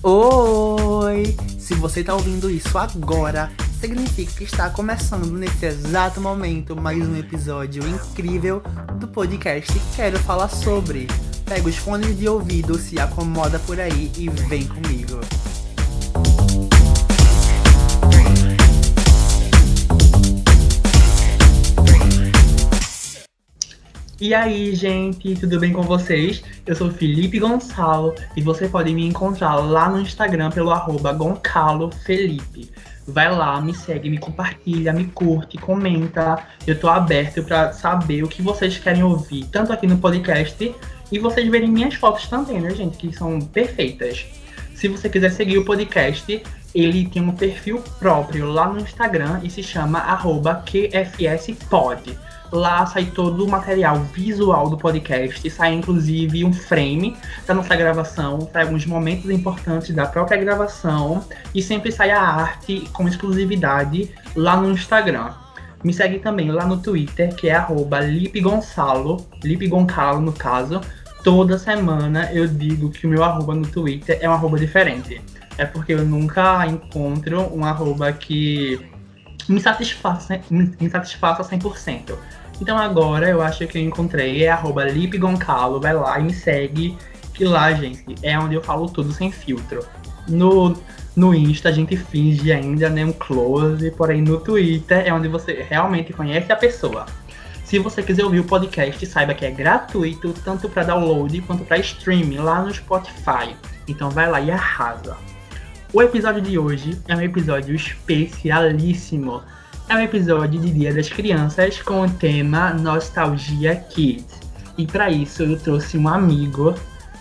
Oi! Se você tá ouvindo isso agora, significa que está começando nesse exato momento mais um episódio incrível do podcast Quero Falar Sobre. Pega os fones de ouvido, se acomoda por aí e vem comigo. E aí, gente, tudo bem com vocês? Eu sou Felipe Gonçalo e você pode me encontrar lá no Instagram pelo @goncalofelipe. Vai lá, me segue, me compartilha, me curte, comenta. Eu tô aberto pra saber o que vocês querem ouvir, tanto aqui no podcast e vocês verem minhas fotos também, né, gente, que são perfeitas. Se você quiser seguir o podcast, ele tem um perfil próprio lá no Instagram e se chama @QFSPod. Lá sai todo o material visual do podcast, sai inclusive um frame da nossa gravação, sai alguns momentos importantes da própria gravação e sempre sai a arte com exclusividade lá no Instagram. Me segue também lá no Twitter, que é @lipegonçalo, lipegoncalo no caso. Toda semana eu digo que o meu arroba no Twitter é um arroba diferente. É porque eu nunca encontro um arroba que me satisfaça 100%. Então agora eu acho que eu encontrei, é @lipegoncalo, vai lá e me segue, que lá, gente, é onde eu falo tudo sem filtro. No Insta a gente finge ainda, né, um close, porém no Twitter é onde você realmente conhece a pessoa. Se você quiser ouvir o podcast, saiba que é gratuito, tanto para download quanto para streaming lá no Spotify. Então vai lá e arrasa. O episódio de hoje é um episódio especialíssimo. É um episódio de Dia das Crianças com o tema Nostalgia Kids. E para isso eu trouxe um amigo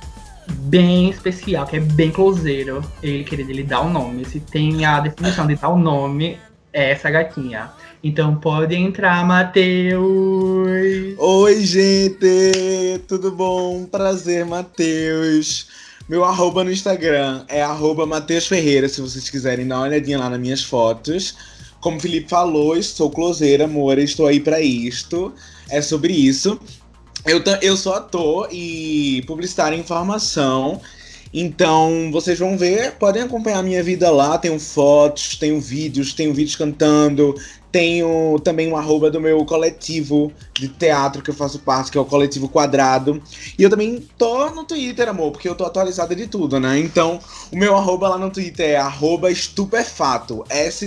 bem especial, que é bem closeiro. Ele queria lhe dar o nome. Se tem a definição de dar o nome, é essa gatinha. Então pode entrar, Matheus! Oi, gente! Tudo bom? Prazer, Matheus! Meu arroba no Instagram é @Matheus Ferreira, se vocês quiserem dar uma olhadinha lá nas minhas fotos. Como o Felipe falou, sou closeira, amor, estou aí pra isto. É sobre isso. Eu sou ator e publicitário em formação. Então, vocês vão ver, podem acompanhar a minha vida lá. Tenho fotos, tenho vídeos cantando. Tenho também um arroba do meu coletivo de teatro que eu faço parte, que é o Coletivo Quadrado. E eu também tô no Twitter, amor, porque eu tô atualizada de tudo, né? Então, o meu arroba lá no Twitter é @estupefato.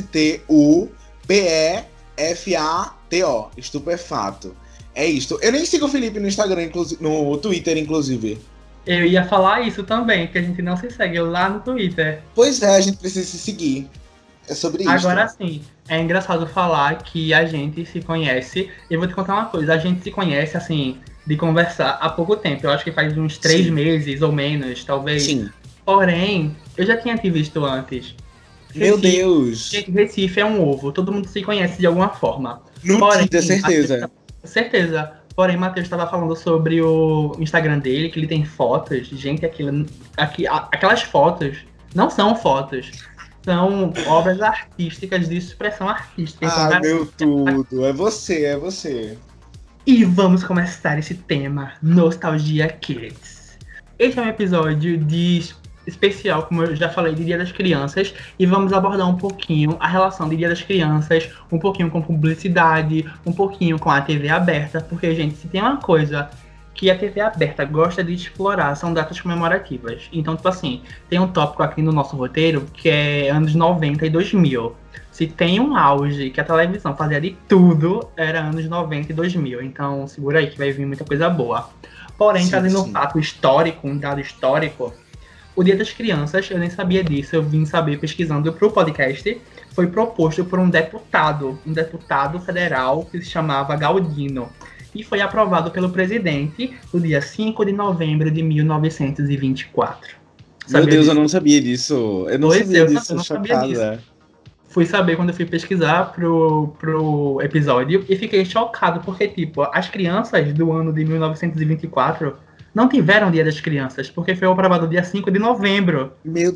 STUPEFATO. Estupefato. É isto. Eu nem sigo o Felipe no Instagram, no Twitter, inclusive. Eu ia falar isso também, que a gente não se segue lá no Twitter. Pois é, a gente precisa se seguir. É sobre isso. Agora sim, é engraçado falar que a gente se conhece. Eu vou te contar uma coisa, a gente se conhece, assim, de conversar há pouco tempo. Eu acho que faz uns 3 meses ou menos, talvez. Sim. Porém, eu já tinha te visto antes. Meu Deus! Gente, Recife é um ovo, todo mundo se conhece de alguma forma. No Twitter, certeza. Certeza. Porém, Matheus estava falando sobre o Instagram dele, que ele tem fotos. Gente, aquelas fotos não são fotos. São obras artísticas de expressão artística. Ah, meu tudo. É você. E vamos começar esse tema, Nostalgia Kids. Esse é um episódio especial, como eu já falei, de Dia das Crianças. E vamos abordar um pouquinho a relação de Dia das Crianças, um pouquinho com publicidade, um pouquinho com a TV aberta. Porque, gente, se tem uma coisa que a TV aberta gosta de explorar, são datas comemorativas. Então, tipo assim, tem um tópico aqui no nosso roteiro que é anos 90 e 2000. Se tem um auge que a televisão fazia de tudo, era anos 90 e 2000. Então, segura aí que vai vir muita coisa boa. Porém, trazendo um fato histórico, um dado histórico, o Dia das Crianças, eu nem sabia disso, eu vim saber pesquisando para o podcast, foi proposto por um deputado federal que se chamava Galdino. E foi aprovado pelo presidente no dia 5 de novembro de 1924. Meu Deus, disso? Eu não sabia disso. Eu não sabia disso. Fui saber quando eu fui pesquisar pro episódio e fiquei chocado, porque, tipo, as crianças do ano de 1924 não tiveram Dia das Crianças, porque foi aprovado dia 5 de novembro. Meu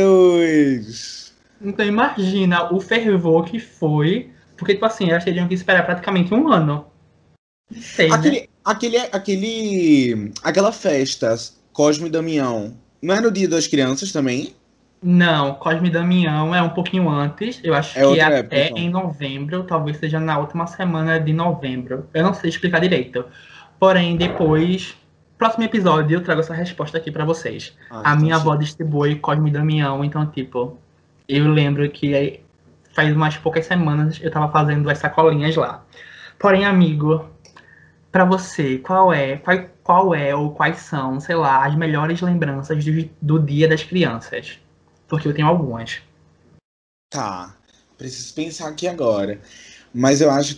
Deus! Então imagina o fervor que foi, porque, tipo assim, elas teriam que esperar praticamente um ano. Sei, aquela festa, Cosme e Damião, não é no Dia das Crianças também? Não, Cosme e Damião é um pouquinho antes. Eu acho É que é outra época, até então. em novembro, talvez seja na última semana de novembro. Eu não sei explicar direito. Porém, depois, próximo episódio, eu trago essa resposta aqui pra vocês. Ah, A então minha avó chega. distribui Cosme e Damião, então, tipo, eu lembro que faz umas poucas semanas eu tava fazendo as sacolinhas lá. Porém, amigo, pra você, qual é ou quais são, sei lá, as melhores lembranças do Dia das Crianças? Porque eu tenho algumas. Tá. Preciso pensar aqui agora. Mas eu acho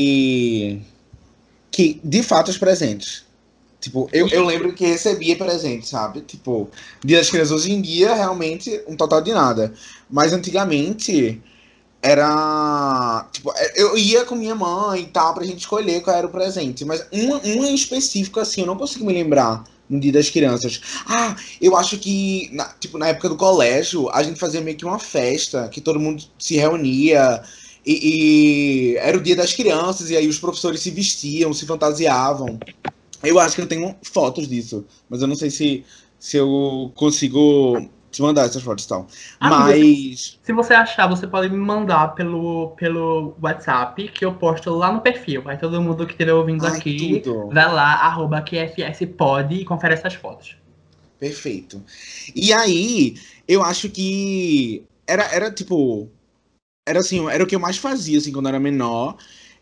que de fato, os presentes. Tipo, eu lembro que recebia presente, sabe? Tipo, Dia das Crianças hoje em dia, realmente, um total de nada. Mas antigamente, era. Tipo, eu ia com minha mãe e tal, pra gente escolher qual era o presente. Mas um em específico, assim, eu não consigo me lembrar no Dia das Crianças. Ah, eu acho que, tipo, na época do colégio, a gente fazia meio que uma festa, que todo mundo se reunia. E era o Dia das Crianças, e aí os professores se vestiam, se fantasiavam. Eu acho que eu tenho fotos disso, mas eu não sei se eu consigo te mandar essas fotos e tal. Amigo, se, Mas. se você achar, você pode me mandar pelo WhatsApp, que eu posto lá no perfil. Aí todo mundo que estiver ouvindo Ai, aqui, tudo. vai lá, @QFSpod e confere essas fotos. Perfeito. E aí, eu acho que era tipo. Era assim, era o que eu mais fazia, assim, quando eu era menor.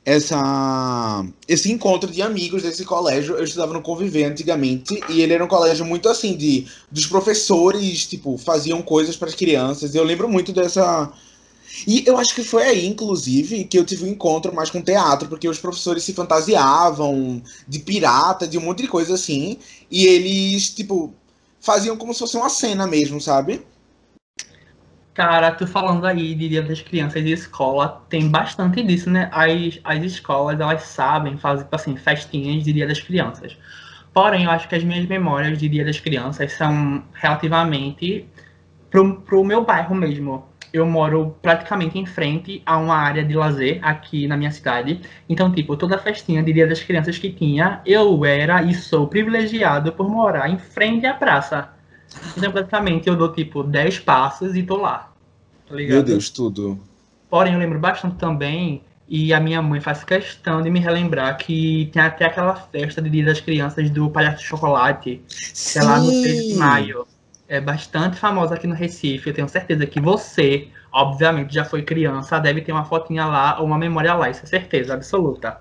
Esse encontro de amigos desse colégio. Eu estudava no Conviver antigamente, e ele era um colégio muito assim, dos professores, tipo, faziam coisas para as crianças. Eu lembro muito dessa. E eu acho que foi aí, inclusive, que eu tive um encontro mais com teatro, porque os professores se fantasiavam de pirata, de um monte de coisa assim, e eles, tipo, faziam como se fosse uma cena mesmo, sabe? Cara, tu falando aí de Dia das Crianças e escola, tem bastante disso, né? As escolas, elas sabem fazer, tipo assim, festinhas de Dia das Crianças. Porém, eu acho que as minhas memórias de Dia das Crianças são relativamente pro meu bairro mesmo. Eu moro praticamente em frente a uma área de lazer aqui na minha cidade. Então, tipo, toda festinha de Dia das Crianças que tinha, eu era e sou privilegiado por morar em frente à praça. Então, praticamente, eu dou, tipo, 10 passos e tô lá, tá Meu ligado? Deus, tudo. Porém, eu lembro bastante também, e a minha mãe faz questão de me relembrar que tem até aquela festa de Dia das Crianças do Palhaço de Chocolate, que é lá no 13 de Sim! maio. É bastante famosa aqui no Recife. Eu tenho certeza que você, obviamente, já foi criança, deve ter uma fotinha lá ou uma memória lá, isso é certeza absoluta.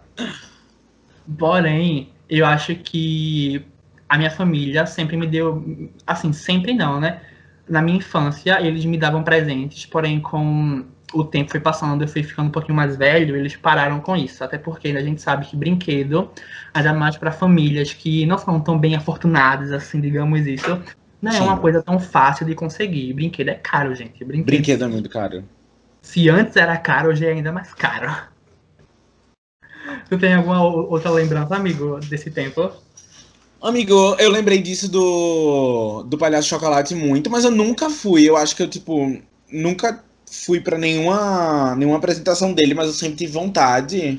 Porém, eu acho que a minha família sempre me deu, assim, sempre não, né? Na minha infância, eles me davam presentes, porém, com o tempo foi passando, eu fui ficando um pouquinho mais velho, eles pararam com isso. Até porque a gente sabe que brinquedo, ainda mais para famílias que não são tão bem afortunadas, assim, digamos isso, não é uma Sim. coisa tão fácil de conseguir. Brinquedo é caro, gente. Brinquedo, Brinquedo é se, muito caro. se antes era caro, hoje é ainda mais caro. Tu tem alguma outra lembrança, amigo, desse tempo? Amigo, eu lembrei disso do Palhaço de Chocolate muito, mas eu nunca fui. Eu acho que eu, tipo, nunca fui pra nenhuma apresentação dele, mas eu sempre tive vontade.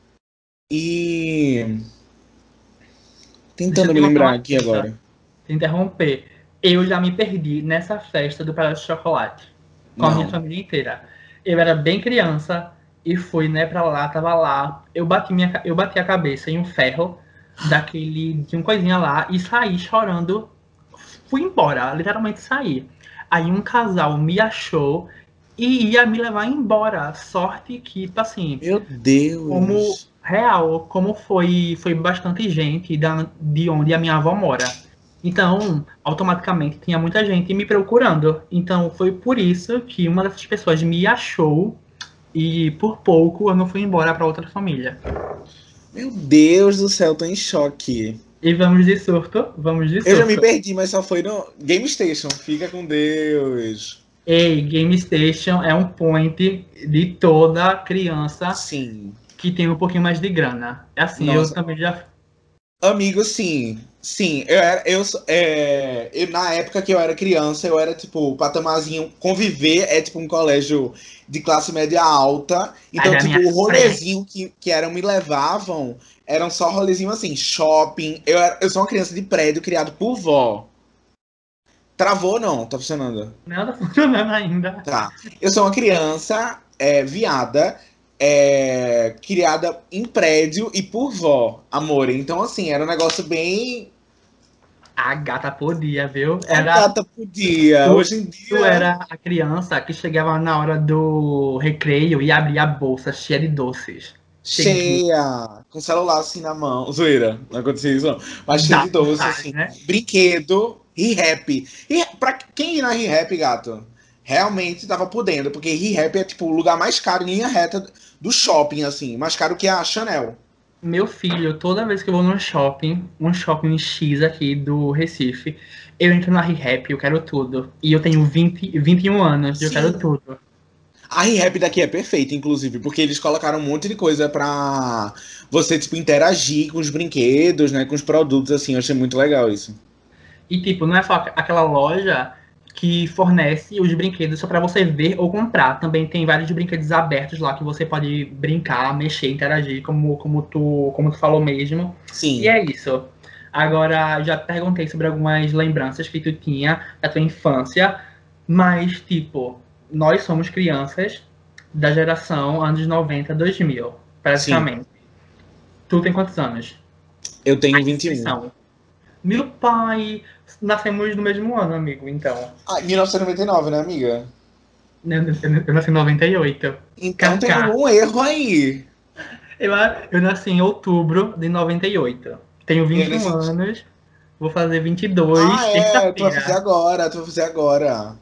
E Deixa eu tentando te me lançar lembrar uma aqui coisa, agora. te interromper. Eu já me perdi nessa festa do Palhaço de Chocolate, com a minha Não. família inteira. Eu era bem criança e fui, né, pra lá, tava lá. Eu bati a cabeça em um ferro de um coisinha lá e saí chorando. Fui embora, literalmente saí. Aí um casal me achou e ia me levar embora. Sorte que, tipo assim, Meu como Deus. real, como foi bastante gente de onde a minha avó mora. Então, automaticamente tinha muita gente me procurando. Então, foi por isso que uma dessas pessoas me achou e por pouco eu não fui embora para outra família. Meu Deus do céu, tô em choque. E vamos de surto, vamos de Eu já me surto. perdi, mas só foi no Game Station. Fica com Deus. Ei, Game Station é um point de toda criança Sim. que tem um pouquinho mais de grana. É assim, eu Nossa, também já. amigo, sim. Sim, na época que eu era criança, eu era tipo, patamazinho, conviver é tipo um colégio de classe média alta. Sai Então, da tipo, minha o frente. rolezinho que eram me levavam eram só rolezinho assim, shopping. Eu sou uma criança de prédio criado por vó. Travou não? Tá funcionando? Não tá funcionando ainda. Tá. Eu sou uma criança viada, criada em prédio e por vó, amor. Então, assim, era um negócio bem. A gata podia, viu? A Era gata podia. tu, Hoje em tu dia, era a criança que chegava na hora do recreio e abria a bolsa cheia de doces. Cheguei. cheia, com o celular assim na mão. Zoeira, não acontecia isso não. Mas cheia Dá de doce, vontade, assim. né? Brinquedo, re-rap. Pra quem ir na re-rap, gato, realmente tava podendo, porque re-rap é tipo o lugar mais caro em linha reta do shopping, assim. Mais caro que a Chanel. Meu filho, toda vez que eu vou num shopping, um shopping X aqui do Recife, eu entro na ReHap, eu quero tudo. E eu tenho 21 anos, e eu quero Sim. tudo. A ReHap daqui é perfeita, inclusive, porque eles colocaram um monte de coisa pra você, tipo, interagir com os brinquedos, né? Com os produtos, assim. Eu achei muito legal isso. E tipo, não é só aquela loja que fornece os brinquedos só para você ver ou comprar. Também tem vários brinquedos abertos lá que você pode brincar, mexer, interagir, como tu falou mesmo. E Sim. é isso. Agora, já te perguntei sobre algumas lembranças que tu tinha da tua infância, mas, tipo, nós somos crianças da geração anos 90, 2000, Sim. praticamente. Tu tem quantos anos? Eu tenho A 21. inscrição. Meu pai, nascemos no mesmo ano, amigo, então. Ah, 1999, né, amiga? Eu nasci em 98. Então tem Kaká. algum erro aí. Eu nasci em outubro de 98. Tenho Eu 21 nesse... anos, vou fazer Ah, 22, tu vai fazer terça-feira. agora, tu vai fazer agora.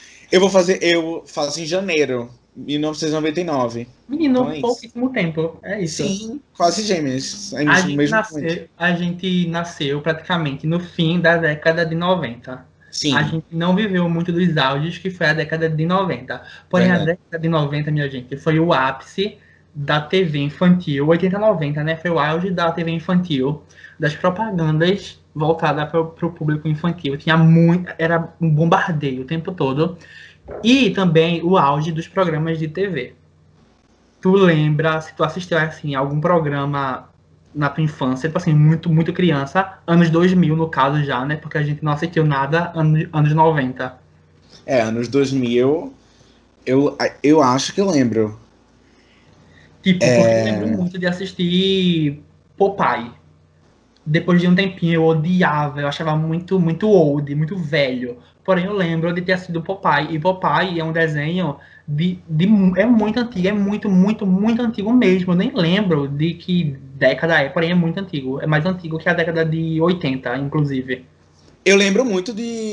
Eu faço em janeiro, 1999. Então Menino, é isso. pouquíssimo tempo, é isso. Sim, quase gêmeos. Saímos no mesmo momento. A gente nasceu praticamente no fim da década de 90. A Sim, gente não viveu muito dos auges que foi a década de 90. Porém, a verdade. década de 90, minha gente, foi o ápice da TV infantil. 80, 90, né? Foi o auge da TV infantil, das propagandas voltadas para o público infantil. Tinha muito, era um bombardeio o tempo todo. E também o auge dos programas de TV. Tu lembra, se tu assistiu assim, algum programa na tua infância, tipo assim, muito criança, anos 2000 no caso já, né? Porque a gente não assistiu nada anos 90. Anos 2000, eu acho que eu lembro. Tipo, porque eu lembro muito de assistir Popeye. Depois de um tempinho eu odiava, eu achava muito old, muito velho. Porém, eu lembro de ter assistido Popeye. E Popeye é um desenho é muito antigo, é muito antigo mesmo. Eu nem lembro de que década é, porém é muito antigo. É mais antigo que a década de 80, inclusive. Eu lembro muito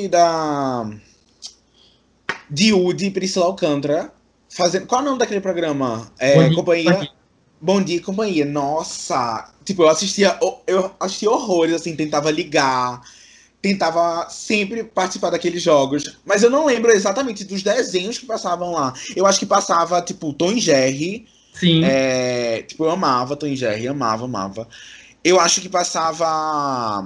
de Woody e Priscila Alcântara fazendo. Qual é o nome daquele programa? Bom dia, Companhia. Bom Dia e Companhia. Nossa! Tipo, eu assistia horrores, assim, tentava ligar, tentava sempre participar daqueles jogos, mas eu não lembro exatamente dos desenhos que passavam lá. Eu acho que passava, tipo, Tom e Jerry. sim. Tipo, eu amava Tom e Jerry, amava, amava. Eu acho que passava.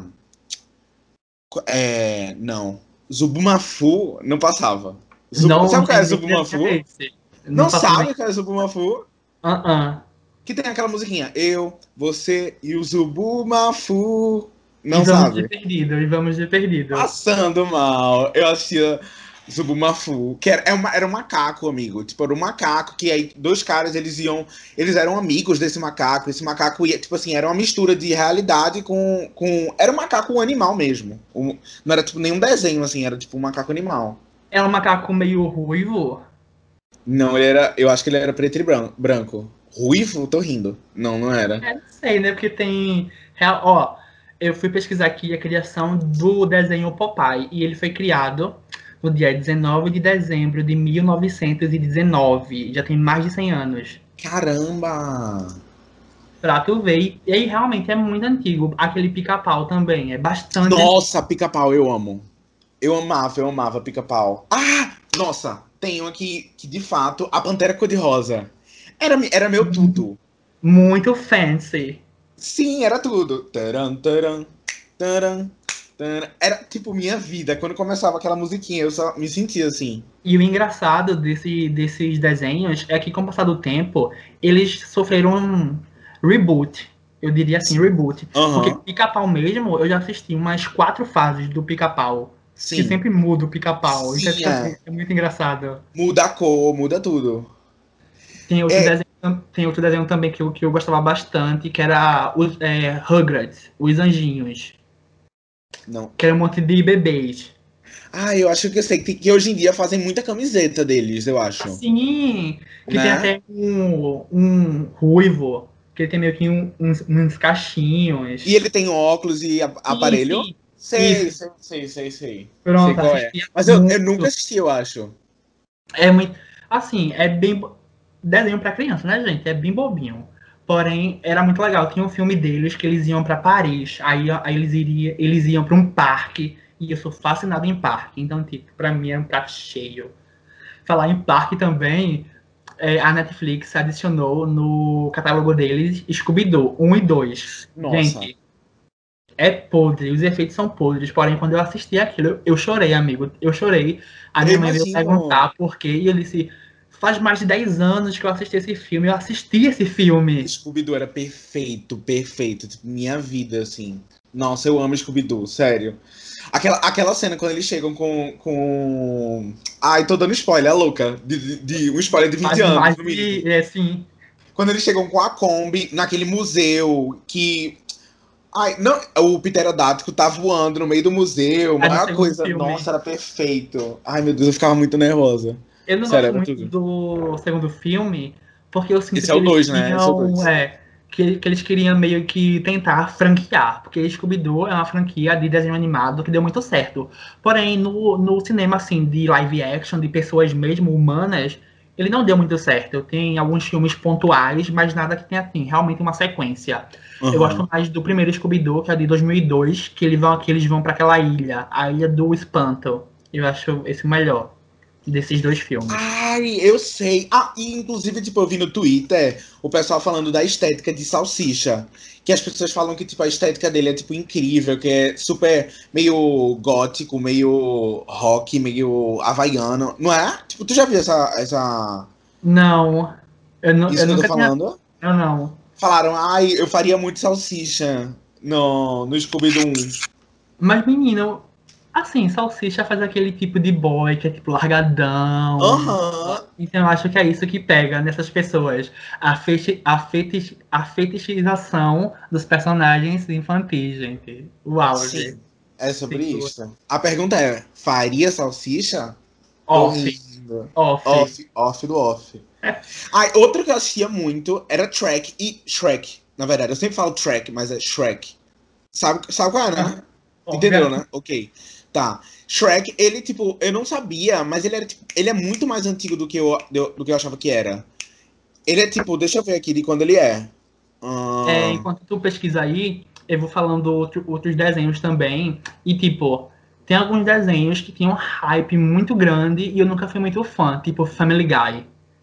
Não. Zubumafu não passava. Não, Sabe não qual é tenho nem ideia que é Zubumafu? esse. Não Não faço nem. sabe qual é Zubumafu? Uh-uh. Que tem aquela musiquinha. Eu, você e o Zubumafu. E Não vamos de sabe? perdido, e vamos de perdido. Passando mal. Eu assistia Zubumafu, que era um macaco, amigo. Tipo, era um macaco que aí dois caras, eles eram amigos desse macaco. Esse macaco ia, tipo assim, era uma mistura de realidade era um macaco um animal mesmo. Não era tipo nenhum desenho assim, era tipo um macaco animal. É um macaco meio ruivo. Não, eu acho que ele era preto e branco. Ruivo? Tô rindo. Não, não era. É, não sei, né? Porque tem. Ó, eu fui pesquisar aqui a criação do desenho Popeye. E ele foi criado no dia 19 de dezembro de 1919. Já tem mais de 100 anos. Caramba! Pra tu ver. E aí realmente é muito antigo. Aquele pica-pau também. É bastante antigo. Nossa, pica-pau, eu amo. Eu amava pica-pau. Ah! Nossa, tem um aqui que, de fato, a Pantera Cor-de-Rosa. Era meu tudo. Muito fancy. Sim, era tudo. Taran, taran, taran, taran. Era tipo minha vida. Quando começava aquela musiquinha, eu só me sentia assim. E o engraçado desses desenhos é que, com o passar do tempo, eles sofreram um reboot. Eu diria assim, reboot. Porque Aham. Pica-Pau mesmo, eu já assisti umas 4 fases do Pica-Pau. que Sim. sempre muda o pica-pau. Isso Sim, é. é muito engraçado. Muda a cor, muda tudo. Tem outro É, desenho, tem outro desenho também que eu gostava bastante, que era os Rugrats, os anjinhos. não. Que era um monte de bebês. Ah, eu acho que eu sei que hoje em dia fazem muita camiseta deles, eu acho. Sim, que tem Né? até um ruivo, que ele tem meio que uns E cachinhos. ele tem óculos e Sim, aparelho? sim. Sei, Isso. sei, sei, sei, sei. Sei Pronto, qual é. assistia Mas eu nunca muito. assisti, eu acho. É muito. Assim, é bem. Desenho pra criança, né, gente? É bem bobinho. Porém, era muito legal. Tinha um filme deles que eles iam pra Paris. Aí eles iam pra um parque. E eu sou fascinado em parque. Então, tipo, pra mim era um prato cheio. Falar em parque também, a Netflix adicionou no catálogo deles Scooby-Doo 1 e 2. Nossa, Gente, é podre, os efeitos são podres, porém quando eu assisti aquilo, eu chorei, amigo, eu chorei. A eu minha mãe veio imagino. perguntar por quê, e eu disse, faz mais de 10 anos que eu assisti esse filme, eu assisti esse filme. Scooby-Doo era perfeito, perfeito. Tipo, minha vida, assim. Nossa, eu amo Scooby-Doo, sério. Aquela cena quando eles chegam com. Ai, tô dando spoiler, é louca. Um spoiler de 20 Faz anos, mais no mínimo. de, assim, Quando eles chegam com a Kombi naquele museu que. Ai, não, o pterodáctico tá voando no meio do museu. é no Uma segundo coisa. filme. Nossa, era perfeito. Ai, meu Deus, eu ficava muito nervosa. Eu não Sério, gosto era muito tudo. do segundo filme, porque eu sinto Esse é que o eles 2, né? Esse é o queriam, 2. que eles queriam meio que tentar franquear, porque Scooby-Doo é uma franquia de desenho animado que deu muito certo. Porém, no cinema, assim, de live action, de pessoas mesmo humanas, ele não deu muito certo. Tem alguns filmes pontuais, mas nada que tenha, assim, realmente uma sequência. Eu gosto Aham. mais do primeiro Scooby-Doo, que é de 2002, que eles vão para aquela ilha, a Ilha do Espanto. Eu acho esse o melhor desses dois filmes. Ai, eu sei. Ah, e inclusive, tipo, eu vi no Twitter o pessoal falando da estética de Salsicha. Que as pessoas falam que, tipo, a estética dele é, tipo, incrível, que é super meio gótico, meio rock, meio havaiano. Não é? Tipo, tu já viu Não, eu isso que eu tô nunca tinha. falando? Eu não. Falaram, ai, eu faria muito salsicha no Scooby-Doo 1. Mas, menino, assim, Salsicha faz aquele tipo de boy que é tipo largadão. Aham. Então eu acho que é isso que pega nessas pessoas. A fetichização dos personagens infantis, gente. O auge. Sim, é sobre Tipo, isso. A pergunta é, faria salsicha? Tô off. rindo. Off. Off do off. Ai, outro que eu assistia muito era Shrek e Shrek. Na verdade, eu sempre falo Shrek, mas é Shrek. Sabe qual é, né? Entendeu, Obviamente. né? Ok. Tá. Shrek, ele, tipo, eu não sabia, mas ele era, tipo, ele é muito mais antigo do que eu achava que era. Ele é, tipo, deixa eu ver aqui de quando ele é. Ahn, Enquanto tu pesquisa aí, eu vou falando outros desenhos também. E, tipo, tem alguns desenhos que tinham um hype muito grande e eu nunca fui muito fã, tipo Family Guy.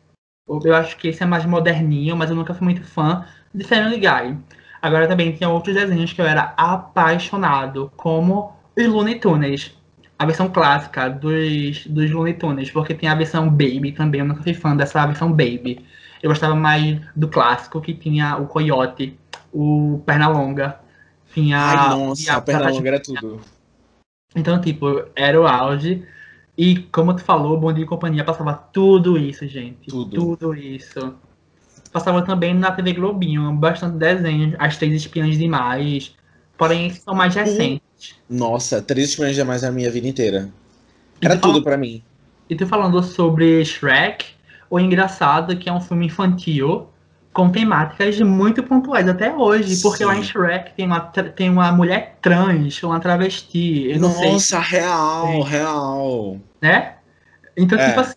Eu acho que esse é mais moderninho, mas eu nunca fui muito fã de Family Guy. Agora também tem outros desenhos que eu era apaixonado, como os Looney Tunes. A versão clássica dos Looney Tunes, porque tem a versão Baby também, eu nunca fui fã dessa versão Baby. Eu gostava mais do clássico, que tinha o Coyote, o Pernalonga, Ai, tinha o nossa, a Diabo da Pernalonga era Tasmânia. tudo. Então, tipo, era o auge. E como tu falou, Bom Dia e Companhia passava tudo isso, gente. Tudo. Tudo isso. Passava também na TV Globinho, bastante desenhos, As Três Espiãs Demais. Porém, esses são mais Pu- recentes. Nossa, Três Espiãs Demais a minha vida inteira. E Era tu tudo falando, pra mim. e tu falando sobre Shrek, o engraçado que é um filme infantil com temáticas muito pontuais até hoje, porque lá em Sim. Shrek tem uma mulher trans, uma travesti, eu não sei, Nossa, real, real. né? Então, tipo É. assim,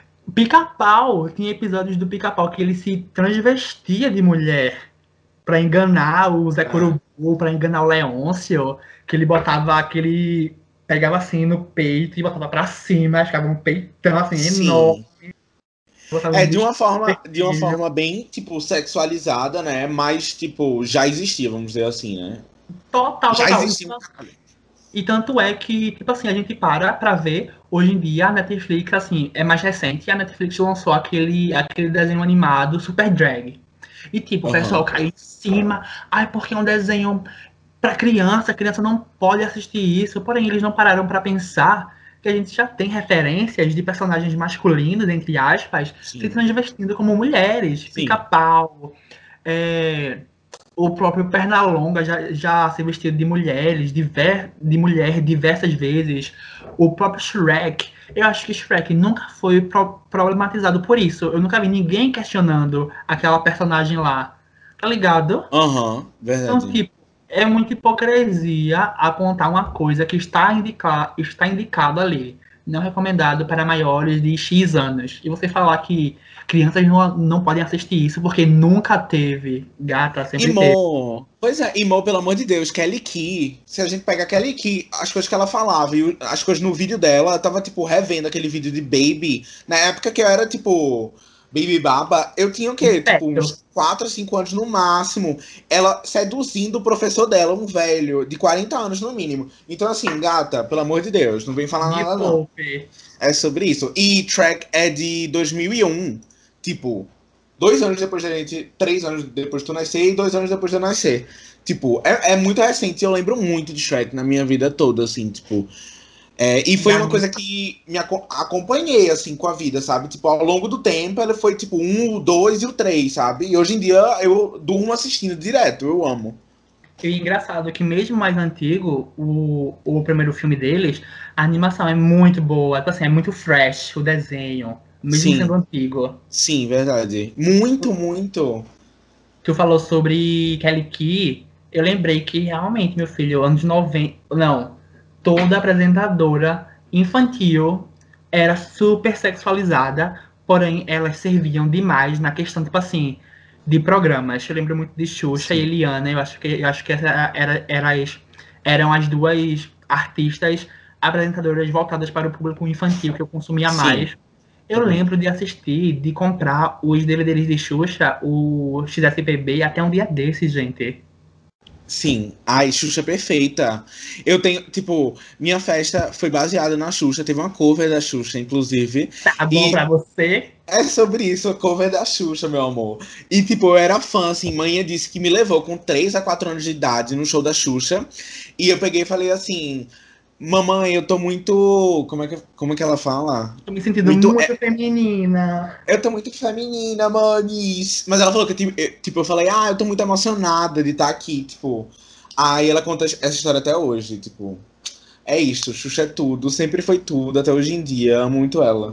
Pica-Pau, tinha episódios do Pica-Pau que ele se transvestia de mulher pra enganar o Zé É. Corubu, pra enganar o Leôncio, que ele botava aquele. Pegava assim no peito e botava pra cima, ficava um peitão assim enorme, Sim. botava um É busto de uma vermelho. forma bem, tipo, sexualizada, né? Mas, tipo, já existia, vamos dizer assim, né? Total, Já total. existia um caralho. E tanto é que, tipo assim, a gente para pra ver, hoje em dia a Netflix, assim, é mais recente, e a Netflix lançou aquele desenho animado Super Drag. E tipo, o pessoal Aham. cai em cima, ai, porque é um desenho Para criança, a criança não pode assistir isso, porém eles não pararam para pensar que a gente já tem referências de personagens masculinos, entre aspas, se Sim. transvestindo como mulheres. Sim. Pica-pau, é, o próprio Pernalonga já se vestiu de mulheres, de mulher diversas vezes. O próprio Shrek, eu acho que Shrek nunca foi problematizado por isso. Eu nunca vi ninguém questionando aquela personagem lá. Tá ligado? Aham, Então, verdade. tipo, é muita hipocrisia apontar uma coisa que está indicado ali, não recomendado para maiores de X anos. E você falar que crianças não podem assistir isso porque nunca teve. Gata, sempre teve. Imo. Pois é, Imo, pelo amor de Deus, Kelly Key. Se a gente pega a Kelly Key, as coisas que ela falava e as coisas no vídeo dela, eu tava, tipo, revendo aquele vídeo de Baby. Na época que eu era, tipo, Baby Baba, eu tinha o quê? Tipo, Certo. uns 4 5 anos no máximo. Ela seduzindo o professor dela, um velho, de 40 anos no mínimo. Então, assim, gata, pelo amor de Deus, não vem falar Me nada, não. poupe. É sobre isso. E Track é de 2001. Tipo, 2 anos depois da gente. 3 anos depois de tu nascer e 2 anos depois de eu nascer. Tipo, é muito recente. Eu lembro muito de Shrek na minha vida toda, assim, tipo. E foi uma Gami. coisa que me acompanhei, assim, com a vida, sabe? Tipo, ao longo do tempo, ela foi, tipo, o 2 e o 3, sabe? E hoje em dia eu durmo assistindo direto, eu amo. E engraçado que mesmo mais antigo, o primeiro filme deles, a animação é muito boa, tipo assim, é muito fresh o desenho, mesmo sendo Sim, antigo. sim, verdade. Muito, muito. Tu falou sobre Kelly Key, eu lembrei que realmente, meu filho, anos 90, não, toda apresentadora infantil era super sexualizada, porém elas serviam demais na questão, tipo assim, de programas. Eu lembro muito de Xuxa e Sim, Eliana, eu acho que eram as duas artistas apresentadoras voltadas para o público infantil que eu consumia sim. mais. Eu Uhum. lembro de assistir, de comprar os DVDs de Xuxa, o XSPB, até um dia desses, gente. Sim, ai, Xuxa é perfeita. Eu tenho, tipo, minha festa foi baseada na Xuxa, teve uma cover da Xuxa, inclusive, Tá bom e pra você? é sobre isso, a cover da Xuxa, meu amor. E, tipo, eu era fã, assim, mãe disse que me levou com 3 a 4 anos de idade no show da Xuxa, e eu peguei e falei assim, mamãe, eu tô muito, como é que ela fala? Tô me sentindo Muito, muito feminina. eu tô muito feminina, manis. Mas ela falou que, tipo, eu falei, eu tô muito emocionada de estar aqui, tipo. Aí ela conta essa história até hoje, tipo. É isso, Xuxa é tudo, sempre foi tudo, até hoje em dia, amo muito ela.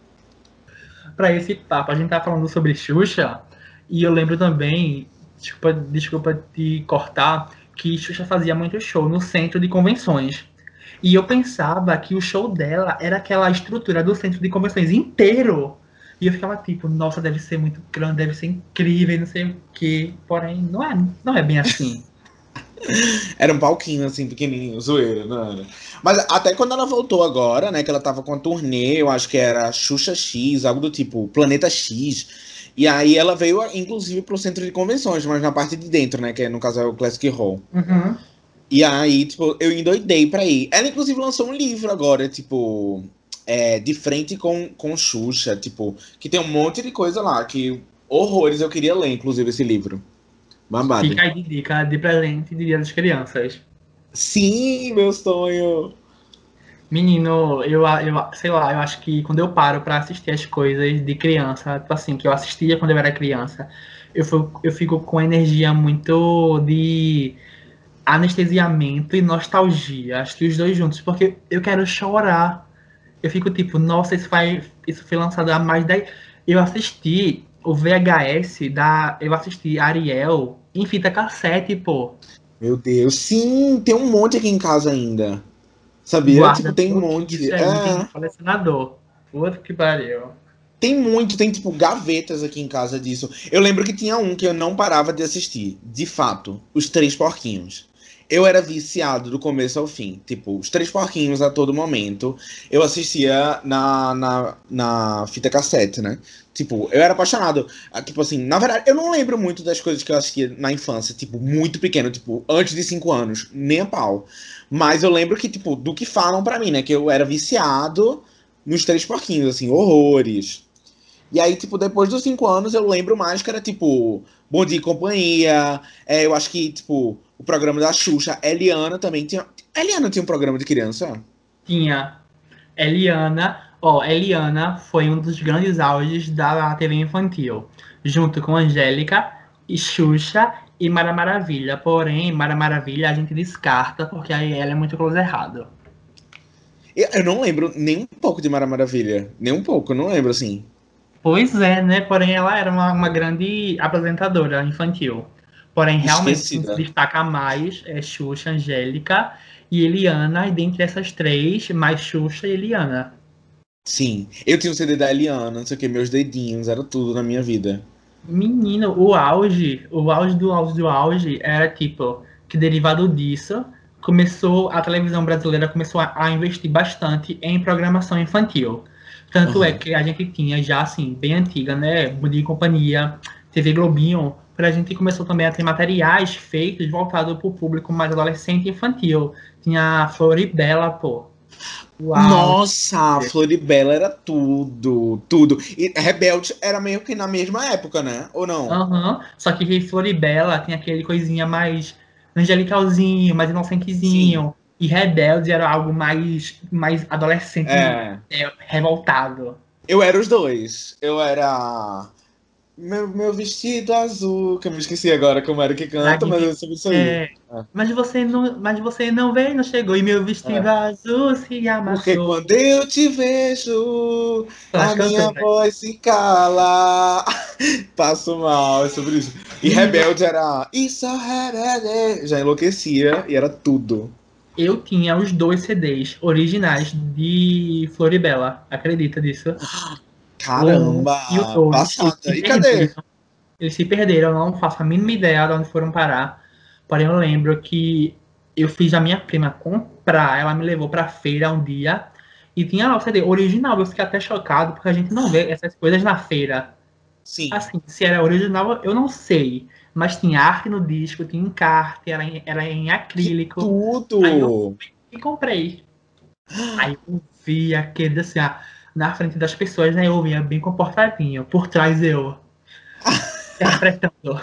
Pra esse papo, a gente tá falando sobre Xuxa, e eu lembro também, desculpa te cortar, que Xuxa fazia muito show no centro de convenções. E eu pensava que o show dela era aquela estrutura do centro de convenções inteiro. E eu ficava tipo, nossa, deve ser muito grande, deve ser incrível, não sei o quê. Porém, não é bem assim. Era um palquinho, assim, pequenininho, zoeira, não era? Mas até quando ela voltou agora, né, que ela tava com a turnê, eu acho que era Xuxa X, algo do tipo, Planeta X. E aí ela veio, inclusive, pro centro de convenções, mas na parte de dentro, né, que no caso é o Classic Hall. Uhum. E aí, tipo, eu endoidei pra ir. Ela, inclusive, lançou um livro agora, tipo, de frente com Xuxa, tipo, que tem um monte de coisa lá, que horrores eu queria ler, inclusive, esse livro. Babado. Fica aí de dica de presente de Dia das Crianças. Sim, meu sonho. Menino, sei lá, eu acho que quando eu paro pra assistir as coisas de criança, tipo assim, que eu assistia quando eu era criança, eu fico com energia muito de anestesiamento e nostalgia. Acho que os dois juntos, porque eu quero chorar. Eu fico tipo, nossa, isso foi lançado há mais de 10. Eu assisti o VHS eu assisti Ariel em fita cassete, pô. Meu Deus. Sim, tem um monte aqui em casa ainda. Sabia? Tipo, Guarda tem um todinho monte. isso aí, tem colecionador. Puta que pariu. Tem muito, tem tipo gavetas aqui em casa disso. Eu lembro que tinha um que eu não parava de assistir. De fato, Os Três Porquinhos. Eu era viciado do começo ao fim. Tipo, Os Três Porquinhos a todo momento. Eu assistia na fita cassete, né? Tipo, eu era apaixonado. Tipo assim, na verdade, eu não lembro muito das coisas que eu assistia na infância. Tipo, muito pequeno. Tipo, antes de 5 anos. Nem a pau. Mas eu lembro que, tipo, do que falam pra mim, né? Que eu era viciado nos Três Porquinhos, assim, horrores. E aí, tipo, depois dos 5 anos, eu lembro mais que era, tipo, Bom Dia e Companhia. Eu acho que, tipo, o programa da Xuxa. Eliana também tinha. Eliana tinha um programa de criança? Tinha Eliana foi um dos grandes auges da TV infantil, junto com Angélica e Xuxa e Mara Maravilha. Porém, Mara Maravilha a gente descarta porque aí ela é muito close errado. Eu não lembro nem um pouco de Mara Maravilha. Nem um pouco, eu não lembro, assim. Pois é, né? Porém, ela era uma grande apresentadora infantil. Porém, realmente, quem se Esquecida. destaca mais é Xuxa, Angélica e Eliana, e dentre essas três, mais Xuxa e Eliana. Sim. Eu tinha um CD da Eliana, não sei o que, meus dedinhos, era tudo na minha vida. Menino, o auge era tipo, que derivado disso, a televisão brasileira começou a investir bastante em programação infantil. Tanto é Aham. que a gente tinha já, assim, bem antiga, né, Bom Dia e Companhia, TV Globinho, a gente começou também a ter materiais feitos voltados para o público mais adolescente e infantil. Tinha a Floribela, pô. Uau! Nossa, Floribela era tudo, tudo. E Rebelde era meio que na mesma época, né? Ou não? Aham. Só que Floribela tem aquele coisinha mais angelicalzinho, mais Sim. inocentezinho. E Rebelde era algo mais adolescente, É. revoltado. Eu era os dois. Eu era. Meu vestido azul, que eu me esqueci agora como era que canta, mas Drag- eu soube isso aí. é, mas você não veio, não chegou, e meu vestido É. azul se Porque amassou. quando eu te vejo, As a minha cantoras. voz se cala. Passo mal, é sobre isso. E Menino, Rebelde era. Isso é rebelde. Já enlouquecia e era tudo. eu tinha os dois CDs originais de Floribela, acredita disso? O 1 e o Caramba! 2, eles se Passada. E cadê? perderam. Eles se perderam, eu não faço a mínima ideia de onde foram parar. Porém, eu lembro que eu fiz a minha prima comprar, ela me levou pra feira um dia e tinha lá o CD original. Eu fiquei até chocado porque a gente não vê essas coisas na feira. Sim. Assim, se era original, eu não sei. Mas tinha arte no disco, tinha encarte, era em Que acrílico. Aí eu tudo! fui e comprei. Aí eu vi aquele assim, na frente das pessoas, né? Eu vinha bem comportadinho. Por trás eu interpretando.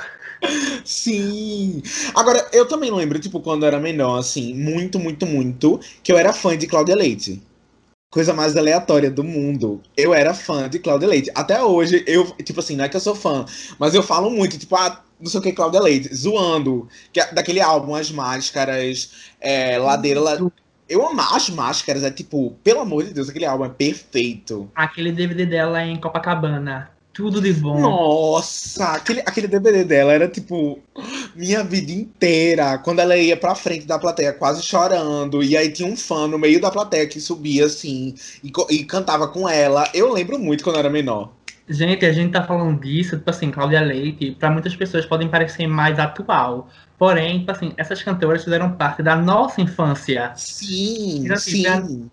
Sim! Agora, eu também lembro, tipo, quando eu era menor, assim, muito, muito, muito, que eu era fã de Cláudia Leite. Coisa mais aleatória do mundo. Eu era fã de Cláudia Leite. Até hoje, eu, tipo assim, não é que eu sou fã, mas eu falo muito, tipo, não sei o que, Cláudia Leite, zoando, que daquele álbum, As Máscaras, Ladeira. Eu amo As Máscaras, é tipo, pelo amor de Deus, aquele álbum é perfeito. Aquele DVD dela em Copacabana. Tudo de bom. Nossa, aquele DVD dela era tipo minha vida inteira. Quando ela ia pra frente da plateia, quase chorando, e aí tinha um fã no meio da plateia que subia assim e cantava com ela. Eu lembro muito quando eu era menor. Gente, a gente tá falando disso, tipo assim, Cláudia Leite, para muitas pessoas podem parecer mais atual. Porém, tipo assim, essas cantoras fizeram parte da nossa infância. Sim, Então, tipo, sim.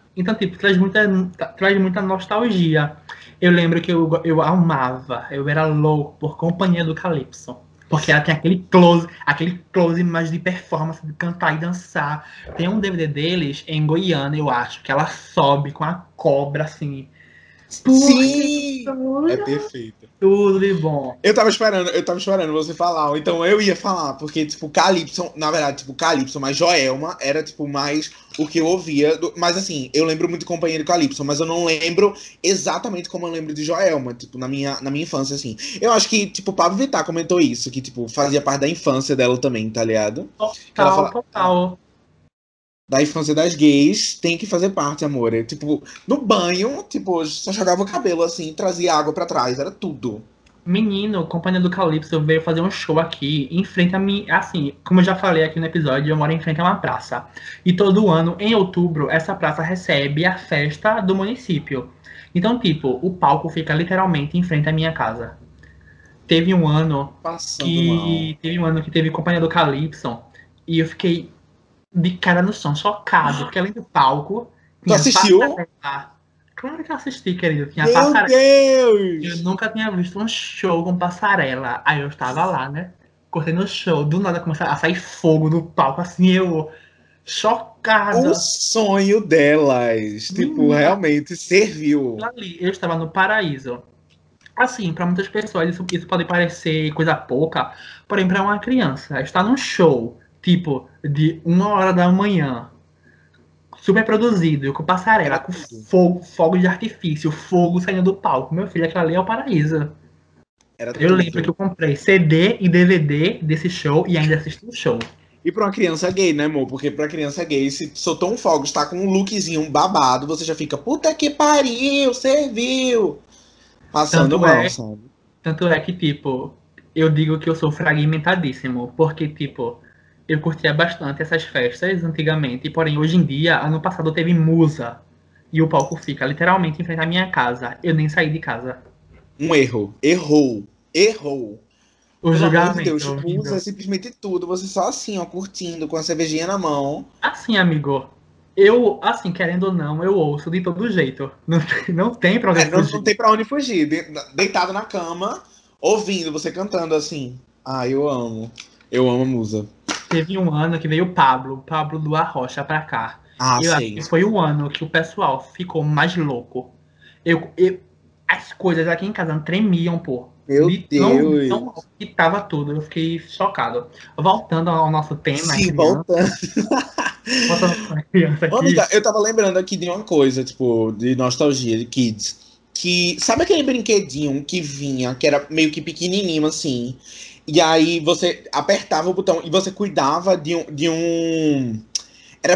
traz muita nostalgia. Eu lembro que eu amava, eu era louco por Companhia do Calypso. Porque ela tem aquele close mais de performance, de cantar e dançar. Tem um DVD deles em Goiânia, eu acho, que ela sobe com a cobra assim. Porque Sim! É perfeito. tudo de bom. Eu tava esperando você falar, ou então eu ia falar, porque, tipo, Calypso, na verdade, tipo, Calypso, mas Joelma era, tipo, mais o que eu ouvia. Mas, assim, eu lembro muito de Companhia de Calypso, mas eu não lembro exatamente como eu lembro de Joelma, tipo, na minha infância, assim. Eu acho que, tipo, Pablo Vittar comentou isso, que, tipo, fazia parte da infância dela também, tá ligado? Que ela Total, fala, total. da infância das gays, tem que fazer parte, amor. Tipo, no banho, tipo, só jogava o cabelo, assim, trazia água pra trás, era tudo. Menino, Companhia do Calypso veio fazer um show aqui em frente a mim. Assim, como eu já falei aqui no episódio, eu moro em frente a uma praça. E todo ano, em outubro, essa praça recebe a festa do município. Então, tipo, o palco fica literalmente em frente à minha casa. Teve um ano Passando mal. que teve Companhia do Calypso e eu fiquei de cara no chão, chocado, porque além do palco, Tu tinha assistiu? passarela. Claro que eu assisti, querido. Tinha Meu passarela. Eu Deus! nunca tinha visto um show com passarela. Aí eu estava lá, né? Curtindo o show. Do nada começa a sair fogo do palco, assim, eu O chocada. sonho delas, tipo, Menina, realmente serviu. ali, eu estava no paraíso. Assim, para muitas pessoas isso pode parecer coisa pouca, porém para uma criança estar num show, tipo, de 1 hora da manhã, super produzido, com Era passarela, com tudo. fogo, fogo de artifício, fogo saindo do palco. Meu filho, aquilo ali é o paraíso. Era Eu lembro que tudo. eu comprei CD e DVD desse show e ainda assisti o show. E pra uma criança gay, né, amor? Porque pra criança gay, se soltou um fogo, está com um lookzinho um babado, você já fica, puta que pariu, serviu. Passando Tanto mal, é, sabe? tanto é que, tipo, eu digo que eu sou fragmentadíssimo, porque, tipo, eu curtia bastante essas festas antigamente, porém, hoje em dia, ano passado teve Musa, e o palco fica literalmente em frente à minha casa. Eu nem saí de casa. Um erro. Errou. Errou. O Pelo amor de Deus, julgamento musa é vindo. simplesmente tudo. Você só assim, ó, curtindo, com a cervejinha na mão. Assim, amigo, eu, assim, querendo ou não, eu ouço de todo jeito. Não tem pra onde É, eu não fugir. tem pra onde fugir. Deitado na cama, ouvindo você cantando assim. Ah, eu amo. Eu amo a musa. Teve um ano que veio o Pablo do Arrocha pra cá. Ah, Eu acho sei. que foi o ano que o pessoal ficou mais louco. Eu, as coisas aqui em casa tremiam, pô. Meu De tão Deus. louco que tava tudo. Eu fiquei chocado. Voltando ao nosso tema, Sim, criança. voltando. Voltando pra criança Ô, amiga, aqui. eu tava lembrando aqui de uma coisa, tipo, de nostalgia de kids. Que, sabe aquele brinquedinho que vinha, que era meio que pequenininho assim? E aí você apertava o botão e você cuidava de um. Era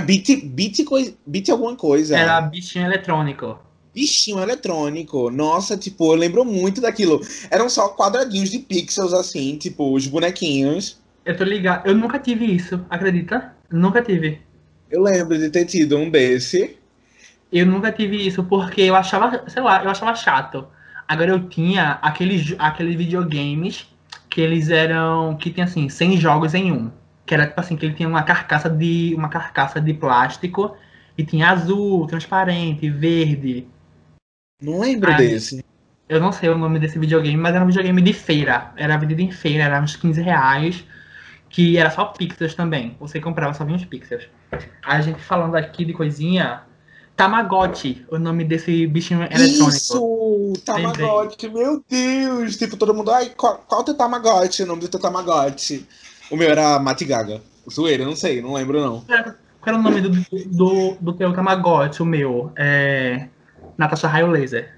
beat alguma Era coisa. bichinho eletrônico. Bichinho eletrônico. Nossa, tipo, eu lembro muito daquilo. Eram só quadradinhos de pixels assim, tipo, os bonequinhos. Eu tô ligado. Eu nunca tive isso, acredita? Nunca tive. Eu lembro de ter tido um desse. Eu nunca tive isso porque eu achava, sei lá, eu achava chato. Agora eu tinha aqueles videogames que eles eram, que tem assim, 100 jogos em um. Que era tipo assim, que ele tinha uma carcaça de plástico e tinha azul, transparente, verde. Não lembro Aí, desse. eu não sei o nome desse videogame, mas era um videogame de feira. Era vendido em feira, era uns R$ 15, que era só pixels também. Você comprava só vinha os pixels. A gente falando aqui de coisinha, Tamagotchi, o nome desse bichinho eletrônico. Isso! Lembrei. Tamagotchi, meu Deus! Tipo, todo mundo, ai, qual o teu Tamagotchi? O nome do teu Tamagotchi? O meu era Matigaga. Zoeira, eu não sei, não lembro não. Qual era o nome do teu Tamagotchi, o meu? Natasha Raio Laser.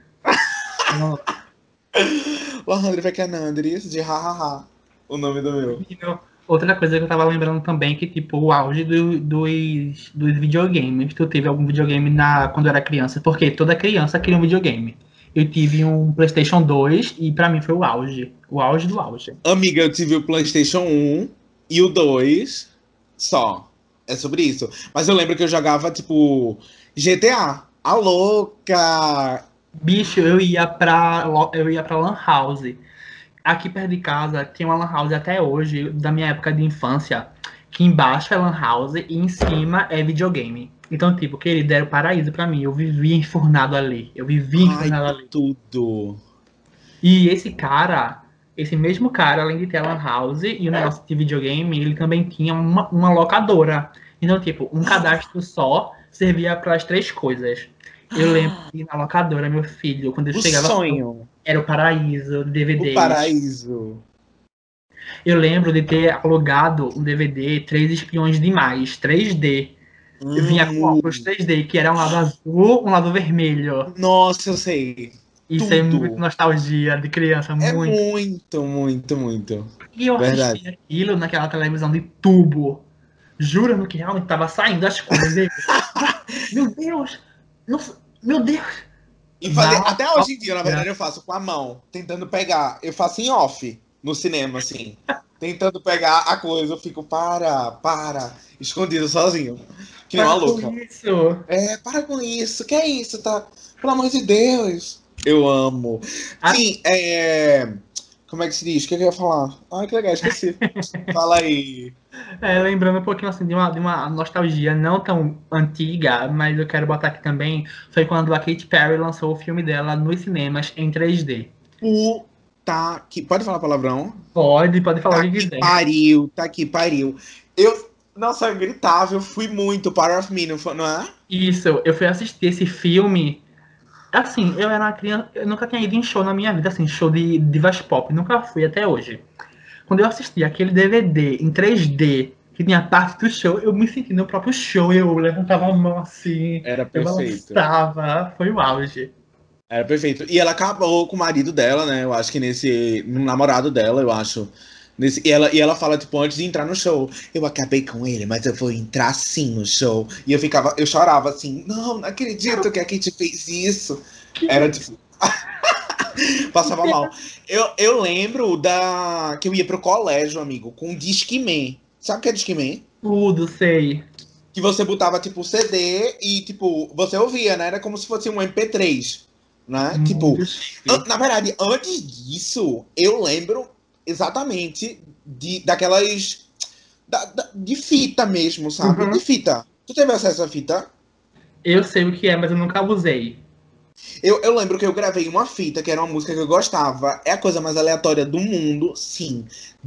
Lahandre Vekanandris, de hahaha. O nome do meu. Outra coisa que eu tava lembrando também, que tipo, o auge dos videogames. Tu teve algum videogame quando era criança? Porque toda criança queria um videogame. Eu tive um PlayStation 2 e pra mim foi o auge. O auge do auge. Amiga, eu tive o PlayStation 1 e o 2 só. É sobre isso. Mas eu lembro que eu jogava, tipo, GTA. A louca! Bicho, eu ia pra Lan House. Aqui perto de casa tem uma Lan House até hoje, da minha época de infância, que embaixo é Lan House e em cima é videogame. Então, tipo, querido, era o paraíso pra mim. Eu vivia enfurnado ali. Eu vivia Ai, enfurnado que ali. tudo! E esse mesmo cara, além de ter a Lan House e o negócio de videogame, ele também tinha uma locadora. Então, tipo, um cadastro só servia para as três coisas. Eu lembro que na locadora, meu filho, quando eu O chegava, sonho, era o paraíso, o DVDs. paraíso. Eu lembro de ter alugado um DVD, Três Espiões Demais, 3D. Vinha com Amo. óculos 3D, que era um lado azul, um lado vermelho. Nossa, eu sei. Isso é muito Tudo. nostalgia de criança, É muito. muito, muito, muito. E eu Verdade. assisti aquilo naquela televisão de tubo, jurando que realmente tava saindo as coisas. Meu Deus! Nossa, meu Deus! E fazer, Não, até hoje em dia, na verdade, eu faço com a mão, tentando pegar. Eu faço em off, no cinema, assim. Tentando pegar a coisa, eu fico, escondido sozinho. Que nem uma para com louca. isso! É, para com isso, que é isso, tá? Pelo amor de Deus. Eu amo. Ah, Sim, é. Como é que se diz? O que eu ia falar? Ai, que legal, esqueci. Fala aí. lembrando um pouquinho assim de uma nostalgia não tão antiga, mas eu quero botar aqui também, foi quando a Katy Perry lançou o filme dela nos cinemas em 3D. Puta que. Pode falar palavrão? Pode falar o Tá que que quiser. pariu, tá que pariu. Eu. Nossa, eu gritava, eu fui muito. Power of Me, não, não é? Isso, eu fui assistir esse filme Assim, eu era uma criança, eu nunca tinha ido em show na minha vida, assim, show de divas pop, nunca fui até hoje. Quando eu assisti aquele DVD em 3D, que tinha parte do show, eu me senti no próprio show, eu levantava a mão assim, Era eu perfeito. balançava, foi o auge. Era perfeito. E ela acabou com o marido dela, né? Eu acho que no namorado dela, eu acho. E ela fala, tipo, antes de entrar no show, eu acabei com ele, mas eu vou entrar sim no show. E eu chorava assim, não acredito que a Katy fez isso. Era Que, tipo, passava mal. Eu lembro que eu ia pro colégio, amigo, com o Discman. Sabe o que é Discman? tudo, sei. Que você botava, tipo, o CD e, tipo, você ouvia, né? Era como se fosse um MP3, né? Tipo, Muito chique. na verdade, antes disso, eu lembro exatamente daquelas. De fita mesmo, sabe? De Uhum. fita. Tu teve acesso à fita? Eu sei o que é, mas eu nunca usei. Eu lembro que eu gravei uma fita que era uma música que eu gostava. É a coisa mais aleatória do mundo, sim.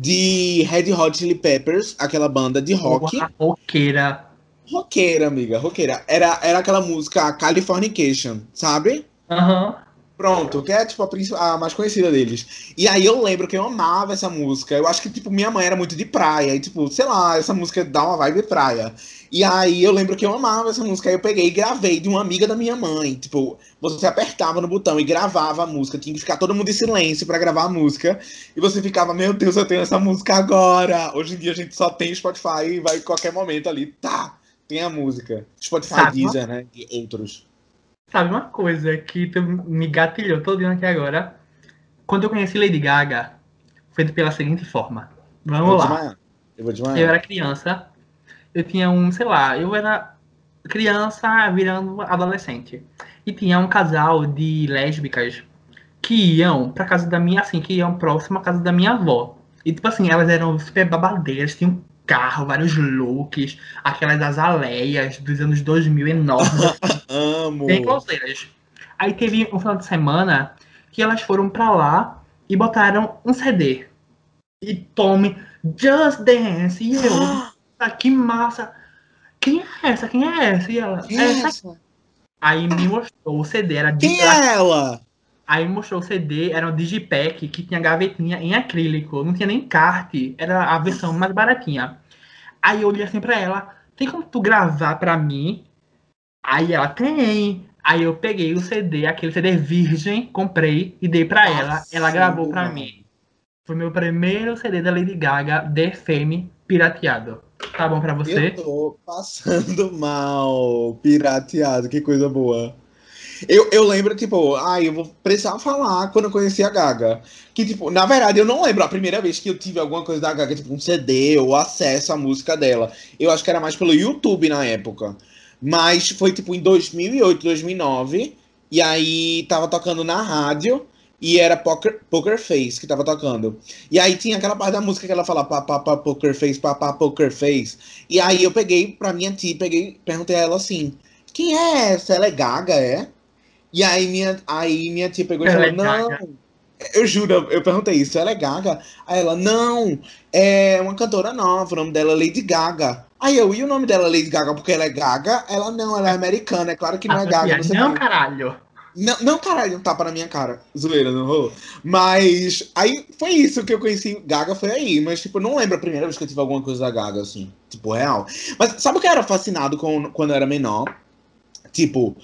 De Red Hot Chili Peppers, aquela banda de Boa rock. roqueira. Roqueira, amiga, roqueira. Era aquela música Californication, sabe? Aham. Pronto, que é tipo a mais conhecida deles. E aí eu lembro que eu amava essa música. Eu acho que, tipo, minha mãe era muito de praia. E, tipo, sei lá, essa música dá uma vibe praia. E aí eu lembro que eu amava essa música. Aí eu peguei e gravei de uma amiga da minha mãe. Tipo, você apertava no botão e gravava a música. Tinha que ficar todo mundo em silêncio pra gravar a música. E você ficava, meu Deus, eu tenho essa música agora. Hoje em dia a gente só tem Spotify e vai em qualquer momento ali. Tá, tem a música. Spotify, Sabe uma, Deezer, né? E outros. sabe uma coisa que tu me gatilhou todinho aqui agora? Quando eu conheci Lady Gaga, foi pela seguinte forma. Eu vou Vamos lá. desmaiar. Eu vou Eu desmaiar. era criança, eu tinha um, sei lá, eu era criança virando adolescente. E tinha um casal de lésbicas que iam pra casa da minha, assim, que iam próximo à casa da minha avó. E tipo assim, elas eram super babadeiras, tinham um carro, vários looks, aquelas azaleias dos anos 2000 enormes, assim, bem Amo. closeiras. Aí teve um final de semana que elas foram pra lá e botaram um CD. E tome Just Dance. E eu, nossa, que massa. Quem é essa? Quem é essa? E ela, Quem é essa aqui. essa? Aí me mostrou o CD, era Quem é ela? aí mostrou o CD, era um digipack que tinha gavetinha em acrílico, não tinha nem encarte, era a versão mais baratinha. Aí eu olhei assim pra ela, tem como tu gravar pra mim? Aí ela, tem. Aí eu peguei o CD, aquele CD virgem, comprei e dei pra ela. Ela gravou Passando pra mal. mim. Foi meu primeiro CD da Lady Gaga, The Fame, pirateado. Tá bom pra Eu você? tô passando mal. Pirateado, que coisa boa. Eu lembro, tipo, eu vou precisar falar quando eu conheci a Gaga. Que, tipo, na verdade, eu não lembro a primeira vez que eu tive alguma coisa da Gaga, tipo, um CD ou acesso à música dela. Eu acho que era mais pelo YouTube na época. Mas foi, tipo, em 2008, 2009. E aí tava tocando na rádio. E era Poker Face que tava tocando. E aí tinha aquela parte da música que ela fala pá, Poker Face. E aí eu peguei pra minha tia, perguntei a ela assim: quem é essa? Ela é Gaga, é? E aí minha tia pegou e Ela falou, é não, Gaga. eu juro, eu perguntei isso, ela é Gaga? Aí ela, não, é uma cantora nova, o nome dela é Lady Gaga. Aí e o nome dela é Lady Gaga porque ela é Gaga? Ela, não, ela é americana, é claro que não A é sua Gaga, tia, não sei o não, quê. caralho. Não, não, caralho, um tapa na minha cara. Zoeira, não rolou. Mas aí foi isso que eu conheci Gaga, foi aí. Mas, tipo, eu não lembro a primeira vez que eu tive alguma coisa da Gaga, assim, tipo, real. Mas sabe o que eu era fascinado quando eu era menor? Tipo,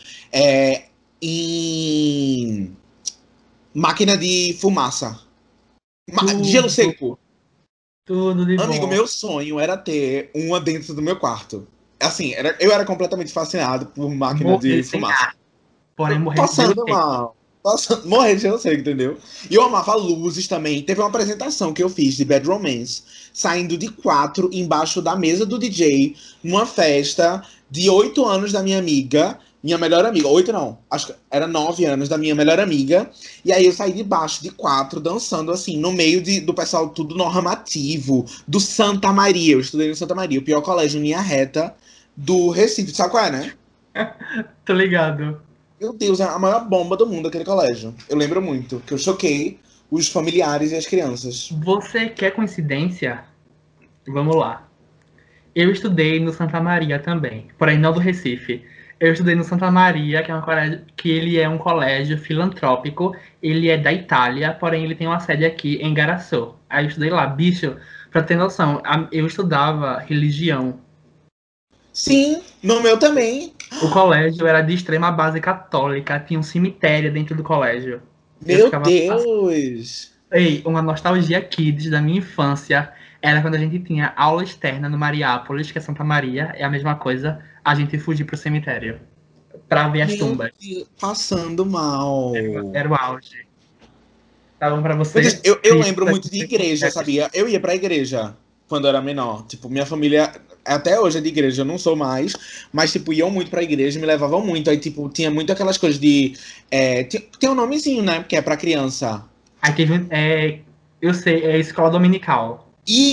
em máquina de fumaça. De gelo Tudo, seco. tudo de Amigo, bom. meu sonho era ter uma dentro do meu quarto. Assim, eu era completamente fascinado por máquina de Morrer sem fumaça. ar, porém morrer de gelo Passando seco. mal. Morrer de gelo seco, entendeu? E eu amava luzes também. Teve uma apresentação que eu fiz de Bad Romance, saindo de quatro embaixo da mesa do DJ, numa festa de 8 anos da minha amiga. Minha melhor amiga. 8 não. Acho que era 9 anos da minha melhor amiga. E aí eu saí debaixo de quatro, dançando assim, no meio do pessoal tudo normativo, do Santa Maria. Eu estudei no Santa Maria, o pior colégio em linha reta do Recife. Sabe qual é, né? Tô ligado. Meu Deus, é a maior bomba do mundo aquele colégio. Eu lembro muito, que eu choquei os familiares e as crianças. Você quer coincidência? Vamos lá. Eu estudei no Santa Maria também, porém não do Recife. Eu estudei no Santa Maria, que ele é um colégio filantrópico. Ele é da Itália, porém ele tem uma sede aqui em Garaçu. Aí eu estudei lá. Bicho, pra ter noção, eu estudava religião. Sim, no meu também. O colégio era de extrema base católica, tinha um cemitério dentro do colégio. Eu Meu ficava. Deus! Ei, uma nostalgia kids da minha infância era quando a gente tinha aula externa no Mariápolis, que é Santa Maria, é a mesma coisa, a gente fugir pro cemitério pra ver as Meu tumbas. Deus, passando mal. Era o auge. Tá bom pra Meu Deus, você? eu Criança lembro muito de que igreja, sabia? Eu ia pra igreja quando eu era menor. Tipo, minha família até hoje é de igreja, eu não sou mais, mas, tipo, iam muito pra igreja, me levavam muito. Aí, tipo, tinha muito aquelas coisas de. Tem um nomezinho, né? Que é pra criança. Aí teve, eu sei, é escola dominical.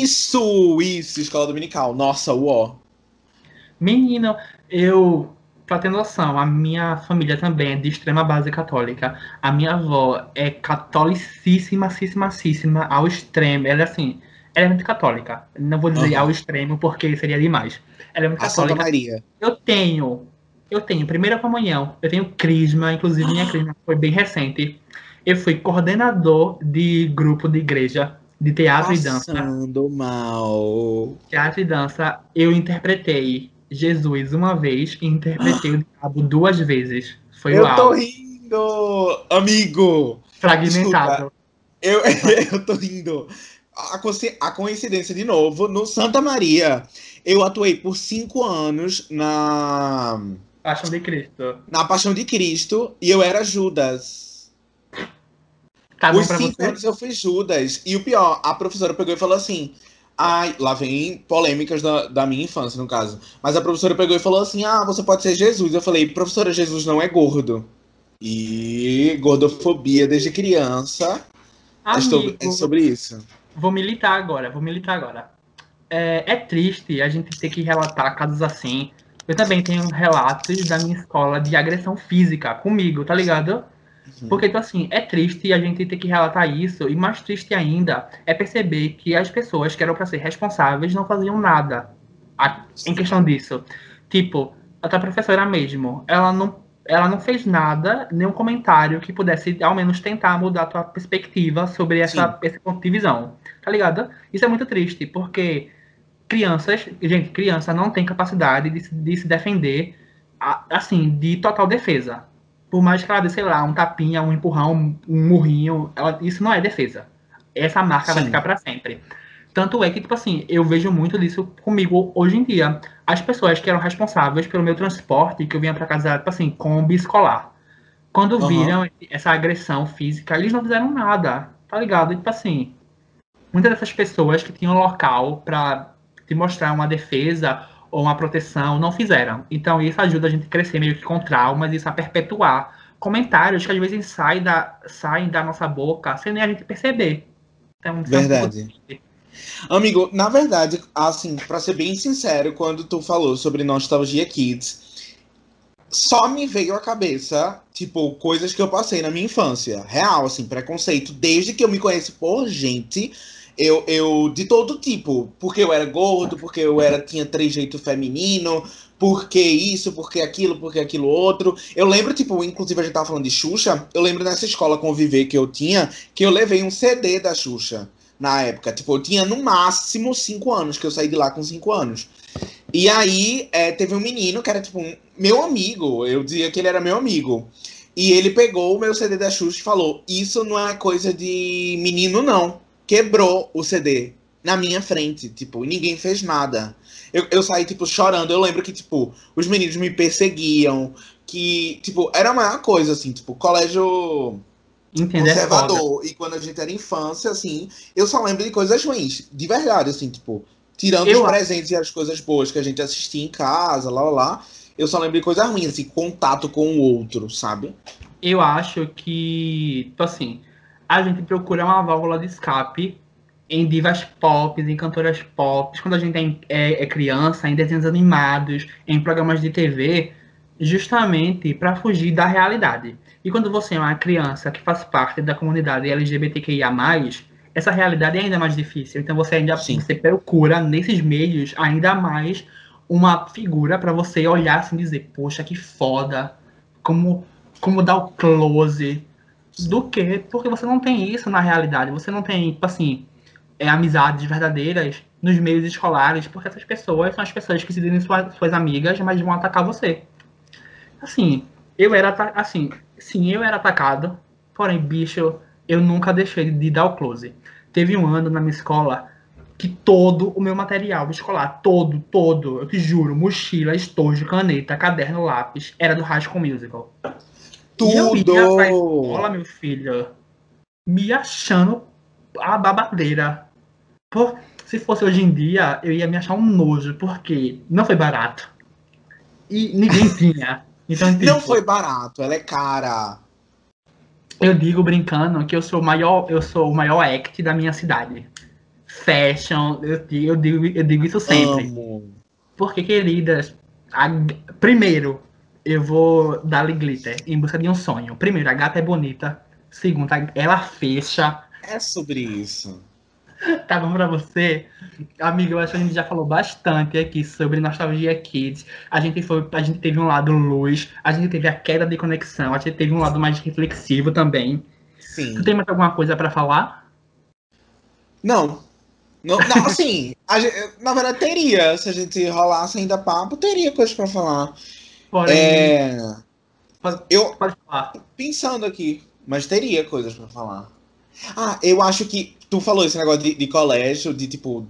Isso, escola dominical. Nossa, uó. Menino, pra ter noção, a minha família também é de extrema base católica. A minha avó é catolicíssima ao extremo. Ela é assim, ela é muito católica. Não vou dizer ao Aham. extremo porque seria demais. Ela é muito A Santa católica. Maria. Eu tenho, eu tenho primeira comunhão, eu tenho crisma, inclusive minha crisma foi bem recente. Eu fui coordenador de grupo de igreja de teatro e dança. Passando mal. Teatro e dança, eu interpretei Jesus uma vez e interpretei o diabo duas vezes. Foi o Eu tô auge. rindo! Amigo! Escuta, Fragmentado. eu, eu tô rindo. A coincidência de novo, no Santa Maria, eu atuei por 5 anos Paixão de Cristo. na Paixão de Cristo e eu era Judas. Tá bom Os pra 5 anos você? eu fui Judas. E o pior, a professora pegou e falou assim. Ai, lá vem polêmicas da minha infância, no caso. Mas a professora pegou e falou assim: Ah, você pode ser Jesus. Eu falei, professora, Jesus não é gordo. E gordofobia desde criança é Amigo, sobre isso. vou militar agora. É triste a gente ter que relatar casos assim. Eu também tenho relatos da minha escola de agressão física comigo, tá ligado? Uhum. Porque, então, assim, é triste a gente ter que relatar isso, e mais triste ainda é perceber que as pessoas que eram para ser responsáveis não faziam nada em questão disso. Tipo, a tua professora mesmo, ela não fez nada, nenhum comentário que pudesse, ao menos, tentar mudar a tua perspectiva sobre Sim, esse ponto de visão, tá ligado? Isso é muito triste, porque criança não tem capacidade de se defender, assim, de total defesa. Por mais que ela dê, sei lá, um tapinha, um empurrão, um murrinho, isso não é defesa. Essa marca vai ficar sim, para sempre. Tanto é que, tipo assim, eu vejo muito disso comigo hoje em dia. As pessoas que eram responsáveis pelo meu transporte, que eu vinha para casa, tipo assim, Kombi escolar. Quando aham, viram essa agressão física, eles não fizeram nada, tá ligado? E, tipo assim, muitas dessas pessoas que tinham local para te mostrar uma defesa ou uma proteção não fizeram. Então isso ajuda a gente a crescer meio que com traumas, isso a perpetuar comentários que às vezes saem da nossa boca sem nem a gente perceber. Então isso é um pouco verdade. triste. Amigo, na verdade, assim, pra ser bem sincero, quando tu falou sobre Nostalgia Kids, só me veio à cabeça, tipo, coisas que eu passei na minha infância. Real, assim, preconceito. Desde que eu me conheço por gente, de todo tipo. Porque eu era gordo, porque tinha trejeito feminino, porque isso, porque aquilo outro. Eu lembro, tipo, inclusive a gente tava falando de Xuxa, eu lembro nessa escola conviver que eu tinha, que eu levei um CD da Xuxa na época. Tipo, eu tinha no máximo 5 anos, que eu saí de lá com 5 anos. E aí, teve um menino que era, tipo, meu amigo. Eu dizia que ele era meu amigo. E ele pegou o meu CD da Xuxa e falou: Isso não é coisa de menino, não. Quebrou o CD na minha frente. Tipo, e ninguém fez nada. Eu saí, tipo, chorando. Eu lembro que, tipo, os meninos me perseguiam. Que, tipo, era a maior coisa, assim, tipo, colégio Entender é foda. conservador. E quando a gente era infância, assim, eu só lembro de coisas ruins. De verdade, assim, tipo, tirando os Eu, presentes e as coisas boas que a gente assistia em casa, lá. Eu só lembro de coisas ruins, assim, contato com o outro, sabe? eu acho que, tipo assim, a gente procura uma válvula de escape em divas pop, em cantoras pop, quando a gente é criança, em desenhos animados, em programas de TV, justamente para fugir da realidade. E quando você é uma criança que faz parte da comunidade LGBTQIA+, essa realidade é ainda mais difícil. Então Sim. você procura nesses meios ainda mais uma figura pra você olhar assim e dizer, poxa, que foda, como, como dar o close, do que porque você não tem isso na realidade, você não tem, tipo assim, amizades verdadeiras nos meios escolares, porque essas pessoas são as pessoas que se dizem suas amigas, mas vão atacar você. Assim, assim, sim, eu era atacado, porém, bicho, eu nunca deixei de dar o close. Teve um ano na minha escola que todo o meu material escolar, todo, eu te juro, mochila, estojo, caneta, caderno, lápis, era do High School Musical. E eu ia pra escola, Tudo! meu filho, me achando a babadeira. Por, se fosse hoje em dia, eu ia me achar um nojo, porque não foi barato. E ninguém tinha. Então, Não tipo, foi barato, ela é cara. eu digo brincando que eu sou o maior act da minha cidade. Fashion, eu digo isso sempre. Amo. Porque, queridas, a- primeiro, eu vou dar-lhe glitter em busca de um sonho. Primeiro, a gata é bonita. Segundo, ela fecha. É sobre isso. Tá bom pra você? Amigo, eu acho que a gente já falou bastante aqui sobre Nostalgia Kids. A gente teve um lado luz, a gente teve a queda de conexão, a gente teve um lado mais reflexivo também. Tu tem Sim. mais alguma coisa pra falar? Não. Não, não, assim, na verdade teria. Se a gente rolasse ainda papo, teria coisas pra falar. Porém, É, pode, eu pode falar. pensando aqui, mas teria coisas pra falar. Ah, eu acho que tu falou esse negócio de colégio, de tipo,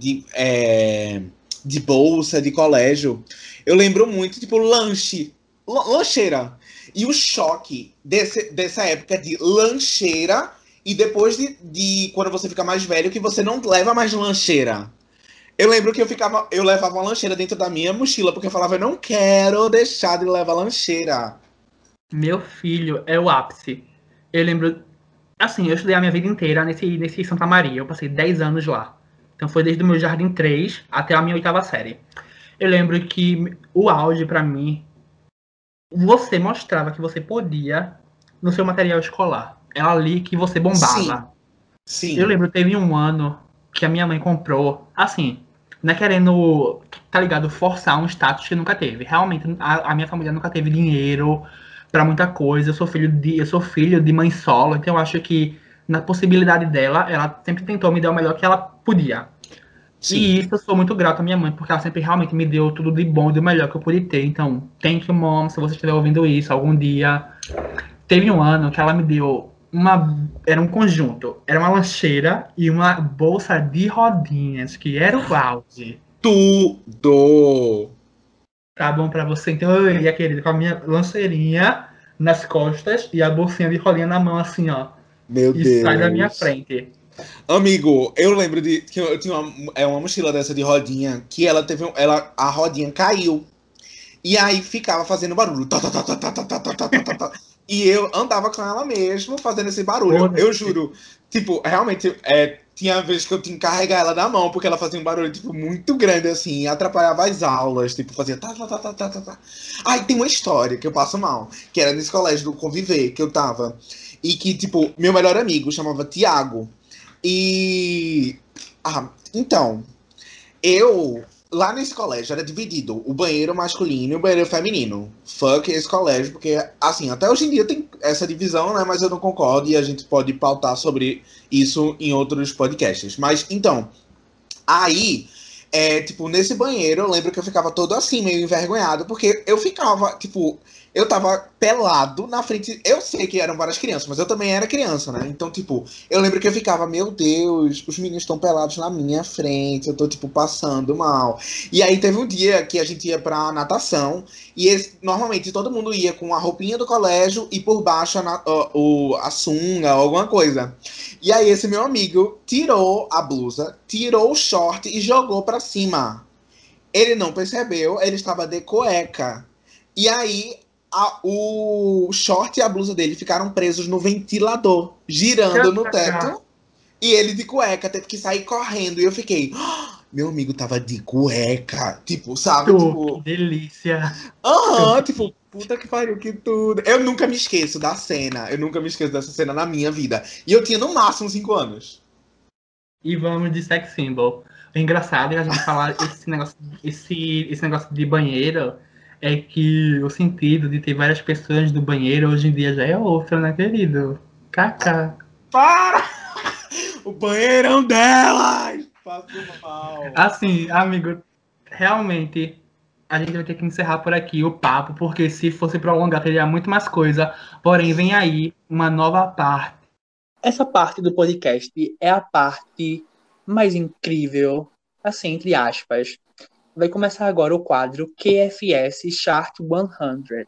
de bolsa, de colégio. Eu lembro muito, tipo, lanche, lancheira. E o choque dessa época de lancheira e depois de quando você fica mais velho, que você não leva mais lancheira. Eu lembro que eu levava uma lancheira dentro da minha mochila, porque eu falava, eu não quero deixar de levar lancheira. Meu filho é o ápice. Eu lembro. Assim, eu estudei a minha vida inteira nesse Santa Maria. Eu passei 10 anos lá. Então foi desde o meu Jardim 3 até a minha oitava série. Eu lembro que o auge pra mim, você mostrava que você podia no seu material escolar. Era ali que você Sim, bombava. Eu sim, lembro, teve um ano que a minha mãe comprou, assim, não é querendo, tá ligado, forçar um status que nunca teve. Realmente, a minha família nunca teve dinheiro pra muita coisa. Eu sou filho de mãe solo, então eu acho que na possibilidade dela, ela sempre tentou me dar o melhor que ela podia. sim. E isso eu sou muito grato à minha mãe, porque ela sempre realmente me deu tudo de bom e do melhor que eu pude ter. Então, thank you, mom, se você estiver ouvindo isso algum dia. Teve um ano que ela me deu uma. Era um conjunto. Era uma lancheira e uma bolsa de rodinhas, que era o auge. Tudo! Tá bom pra você? Então eu ia, querido, com a minha lanceirinha nas costas e a bolsinha de rolinha na mão, assim, ó. Meu E sai da minha Deus. frente. Amigo, eu lembro de que eu tinha uma mochila dessa de rodinha que ela teve a rodinha caiu e aí ficava fazendo barulho. Tá, tá, tá, tá, tá, tá, tá, tá, tá, tá, tá. E eu andava com ela mesmo fazendo esse barulho. Eu Foda-se. juro, tipo, realmente tinha vezes que eu tinha que carregar ela na mão porque ela fazia um barulho tipo muito grande assim, e atrapalhava as aulas, tipo, fazia tá tá tá tá tá tá. Tá. Ai, tem uma história que eu passo mal, que era nesse colégio do Conviver que eu tava e que tipo, meu melhor amigo chamava Tiago. E. Então, eu. Lá nesse colégio era dividido o banheiro masculino e o banheiro feminino. Fuck esse colégio, porque, assim, até hoje em dia tem essa divisão, né? Mas eu não concordo e a gente pode pautar sobre isso em outros podcasts. Mas, então, aí, tipo, nesse banheiro, eu lembro que eu ficava todo assim, meio envergonhado, porque eu ficava, tipo, eu tava pelado na frente. Eu sei que eram várias crianças, mas eu também era criança, né? Então, tipo, eu lembro que eu ficava, meu Deus, os meninos estão pelados na minha frente, eu tô, tipo, passando mal. E aí teve um dia que a gente ia pra natação, e normalmente todo mundo ia com a roupinha do colégio e por baixo a sunga, alguma coisa. E aí esse meu amigo tirou a blusa, tirou o short e jogou pra cima. Ele não percebeu, ele estava de cueca. E aí o short e a blusa dele ficaram presos no ventilador, girando no teto. E ele de cueca teve que sair correndo. E eu fiquei, "Ah, meu amigo tava de cueca. Tipo, sabe? Que Tipo, delícia. Eu aham, vi. tipo, puta que pariu, que tudo. Eu nunca me esqueço da cena. Eu nunca me esqueço dessa cena na minha vida. E eu tinha no máximo 5 anos. E vamos de sex symbol. É engraçado a gente falar esse negócio de banheiro, é que o sentido de ter várias pessoas no banheiro hoje em dia já é outro, né, querido? Kaká. Para! O banheirão delas! Passo mal. Assim, amigo, realmente a gente vai ter que encerrar por aqui o papo, porque se fosse prolongar teria muito mais coisa. Porém, vem aí uma nova parte. Essa parte do podcast é a parte mais incrível, assim, entre aspas. Vai começar agora o quadro QFS Chart 100.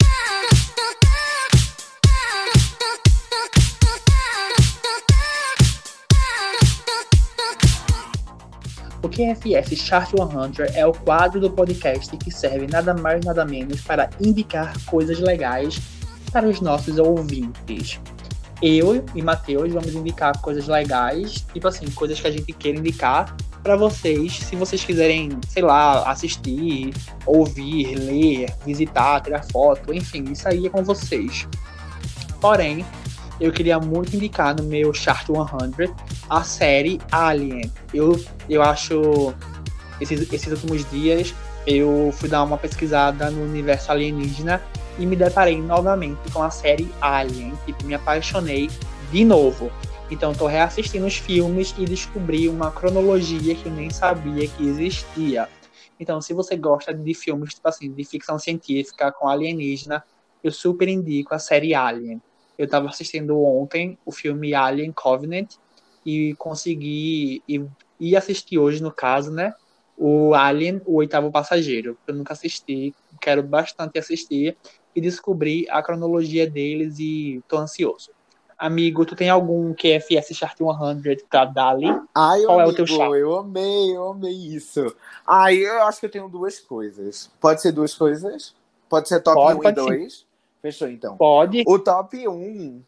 O QFS Chart 100 é o quadro do podcast que serve nada mais nada menos para indicar coisas legais para os nossos ouvintes. Eu e Matheus vamos indicar coisas legais, tipo assim, coisas que a gente quer indicar para vocês, se vocês quiserem, sei lá, assistir, ouvir, ler, visitar, tirar foto, enfim, isso aí é com vocês. Porém, eu queria muito indicar no meu Chart 100 a série Alien. Eu acho, esses últimos dias, eu fui dar uma pesquisada no universo alienígena e me deparei novamente com a série Alien. Tipo, me apaixonei de novo. Então, tô reassistindo os filmes e descobri uma cronologia que eu nem sabia que existia. Então, se você gosta de filmes, tipo assim, de ficção científica com alienígena, eu super indico a série Alien. Eu estava assistindo ontem o filme Alien Covenant e consegui ir assistir hoje, no caso, né? O Alien, o Oitavo Passageiro. Eu nunca assisti, quero bastante assistir e descobrir a cronologia deles e tô ansioso. Amigo, tu tem algum QFS Chart 100 pra dar-lhe? Ai, Qual amigo, é o teu chart? eu amei isso. Ai, eu acho que eu tenho duas coisas. Pode ser duas coisas? Pode ser top 1 e 2? Fechou, então. Pode. O top 1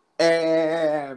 é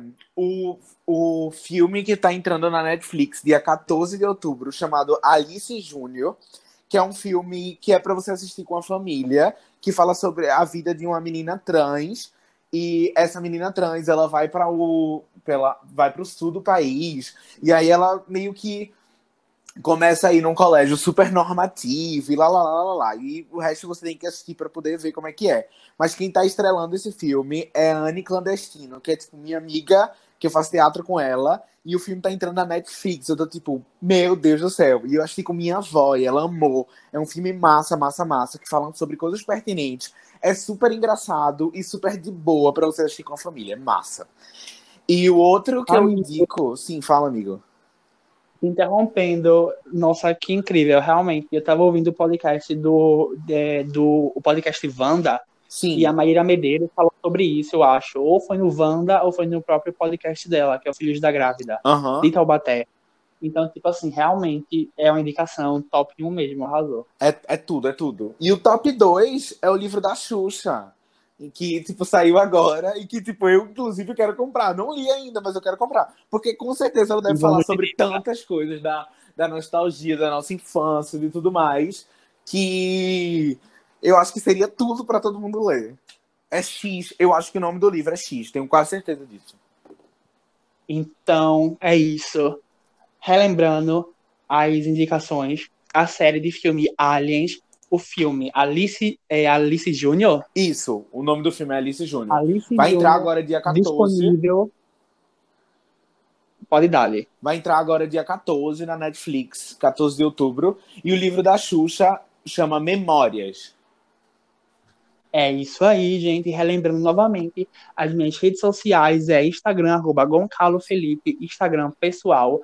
o filme que tá entrando na Netflix dia 14 de outubro, chamado Alice Júnior, que é um filme que é para você assistir com a família, que fala sobre a vida de uma menina trans. E essa menina trans, ela vai para o sul do país, e aí ela meio que começa a ir num colégio super normativo, e lá. E o resto você tem que assistir para poder ver como é que é. Mas quem tá estrelando esse filme é a Anne Clandestino, que é tipo minha amiga, que eu faço teatro com ela, e o filme tá entrando na Netflix. Eu tô tipo, meu Deus do céu. E eu assisti com minha avó, e ela amou. É um filme massa, que fala sobre coisas pertinentes. É super engraçado e super de boa pra você assistir com a família. É massa. E o outro que eu indico... Sim, fala, amigo. Interrompendo, nossa, que incrível, realmente. Eu tava ouvindo o podcast o podcast Wanda. Sim. E a Maíra Medeiros falou sobre isso, eu acho. Ou foi no Wanda, ou foi no próprio podcast dela, que é o Filhos da Grávida, de Taubaté. Então, tipo assim, realmente é uma indicação top 1 mesmo, arrasou. É tudo. E o top 2 é o livro da Xuxa, que, tipo, saiu agora e que, tipo, eu, inclusive, quero comprar. Não li ainda, mas eu quero comprar. Porque, com certeza, ela deve falar sobre tantas coisas da nostalgia, da nossa infância e tudo mais, que eu acho que seria tudo pra todo mundo ler. É X. Eu acho que o nome do livro é X. Tenho quase certeza disso. Então, é isso. Relembrando as indicações, a série de filme Aliens, o filme Alice Júnior. Isso, o nome do filme é Alice Júnior. Vai entrar agora dia 14. Disponível. Pode dar-lhe. Vai entrar agora dia 14 na Netflix, 14 de outubro. E o livro da Xuxa chama Memórias. É isso aí, gente. Relembrando novamente, as minhas redes sociais é Instagram, @GoncaloFelipe, Instagram pessoal,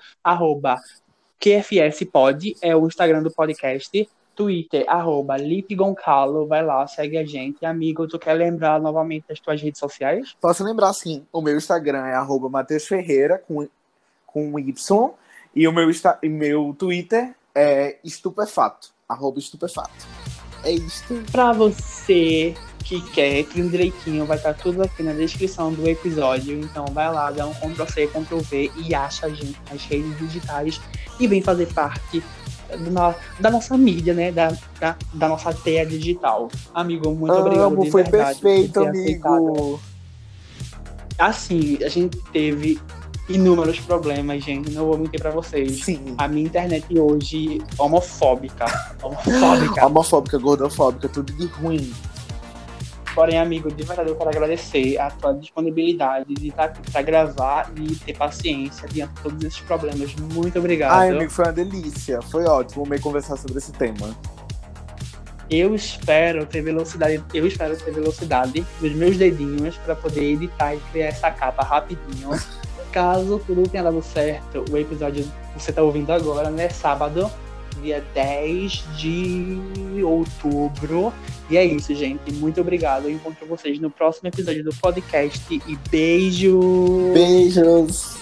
@QFSPod, é o Instagram do podcast, Twitter, @LipeGoncalo, vai lá, segue a gente. Amigo, tu quer lembrar novamente das tuas redes sociais? Posso lembrar, sim. O meu Instagram é @MatheusFerreira, com Y, e o meu Twitter é Estupefato, @Estupefato. É isso. Pra você que quer tudo direitinho, vai estar tudo aqui na descrição do episódio. Então vai lá, dá um Ctrl+C, Ctrl+V e acha a gente nas redes digitais e vem fazer parte da nossa mídia, né? Da nossa teia digital. Amigo, muito obrigado. Foi verdade, perfeito, amigo. Assim, a gente teve inúmeros problemas, gente. Não vou mentir pra vocês. Sim. A minha internet hoje homofóbica. Homofóbica. Homofóbica, gordofóbica, tudo de ruim. Porém, amigo, de verdade eu quero agradecer a tua disponibilidade de estar aqui pra gravar e ter paciência diante de todos esses problemas. Muito obrigado. Ai, amigo, foi uma delícia. Foi ótimo meio conversar sobre esse tema. Eu espero ter velocidade dos meus dedinhos para poder editar e criar essa capa rapidinho. Caso tudo tenha dado certo, o episódio que você está ouvindo agora, né? Sábado, dia 10 de outubro. E é isso, gente. Muito obrigado. Eu encontro vocês no próximo episódio do podcast. E beijo! Beijos!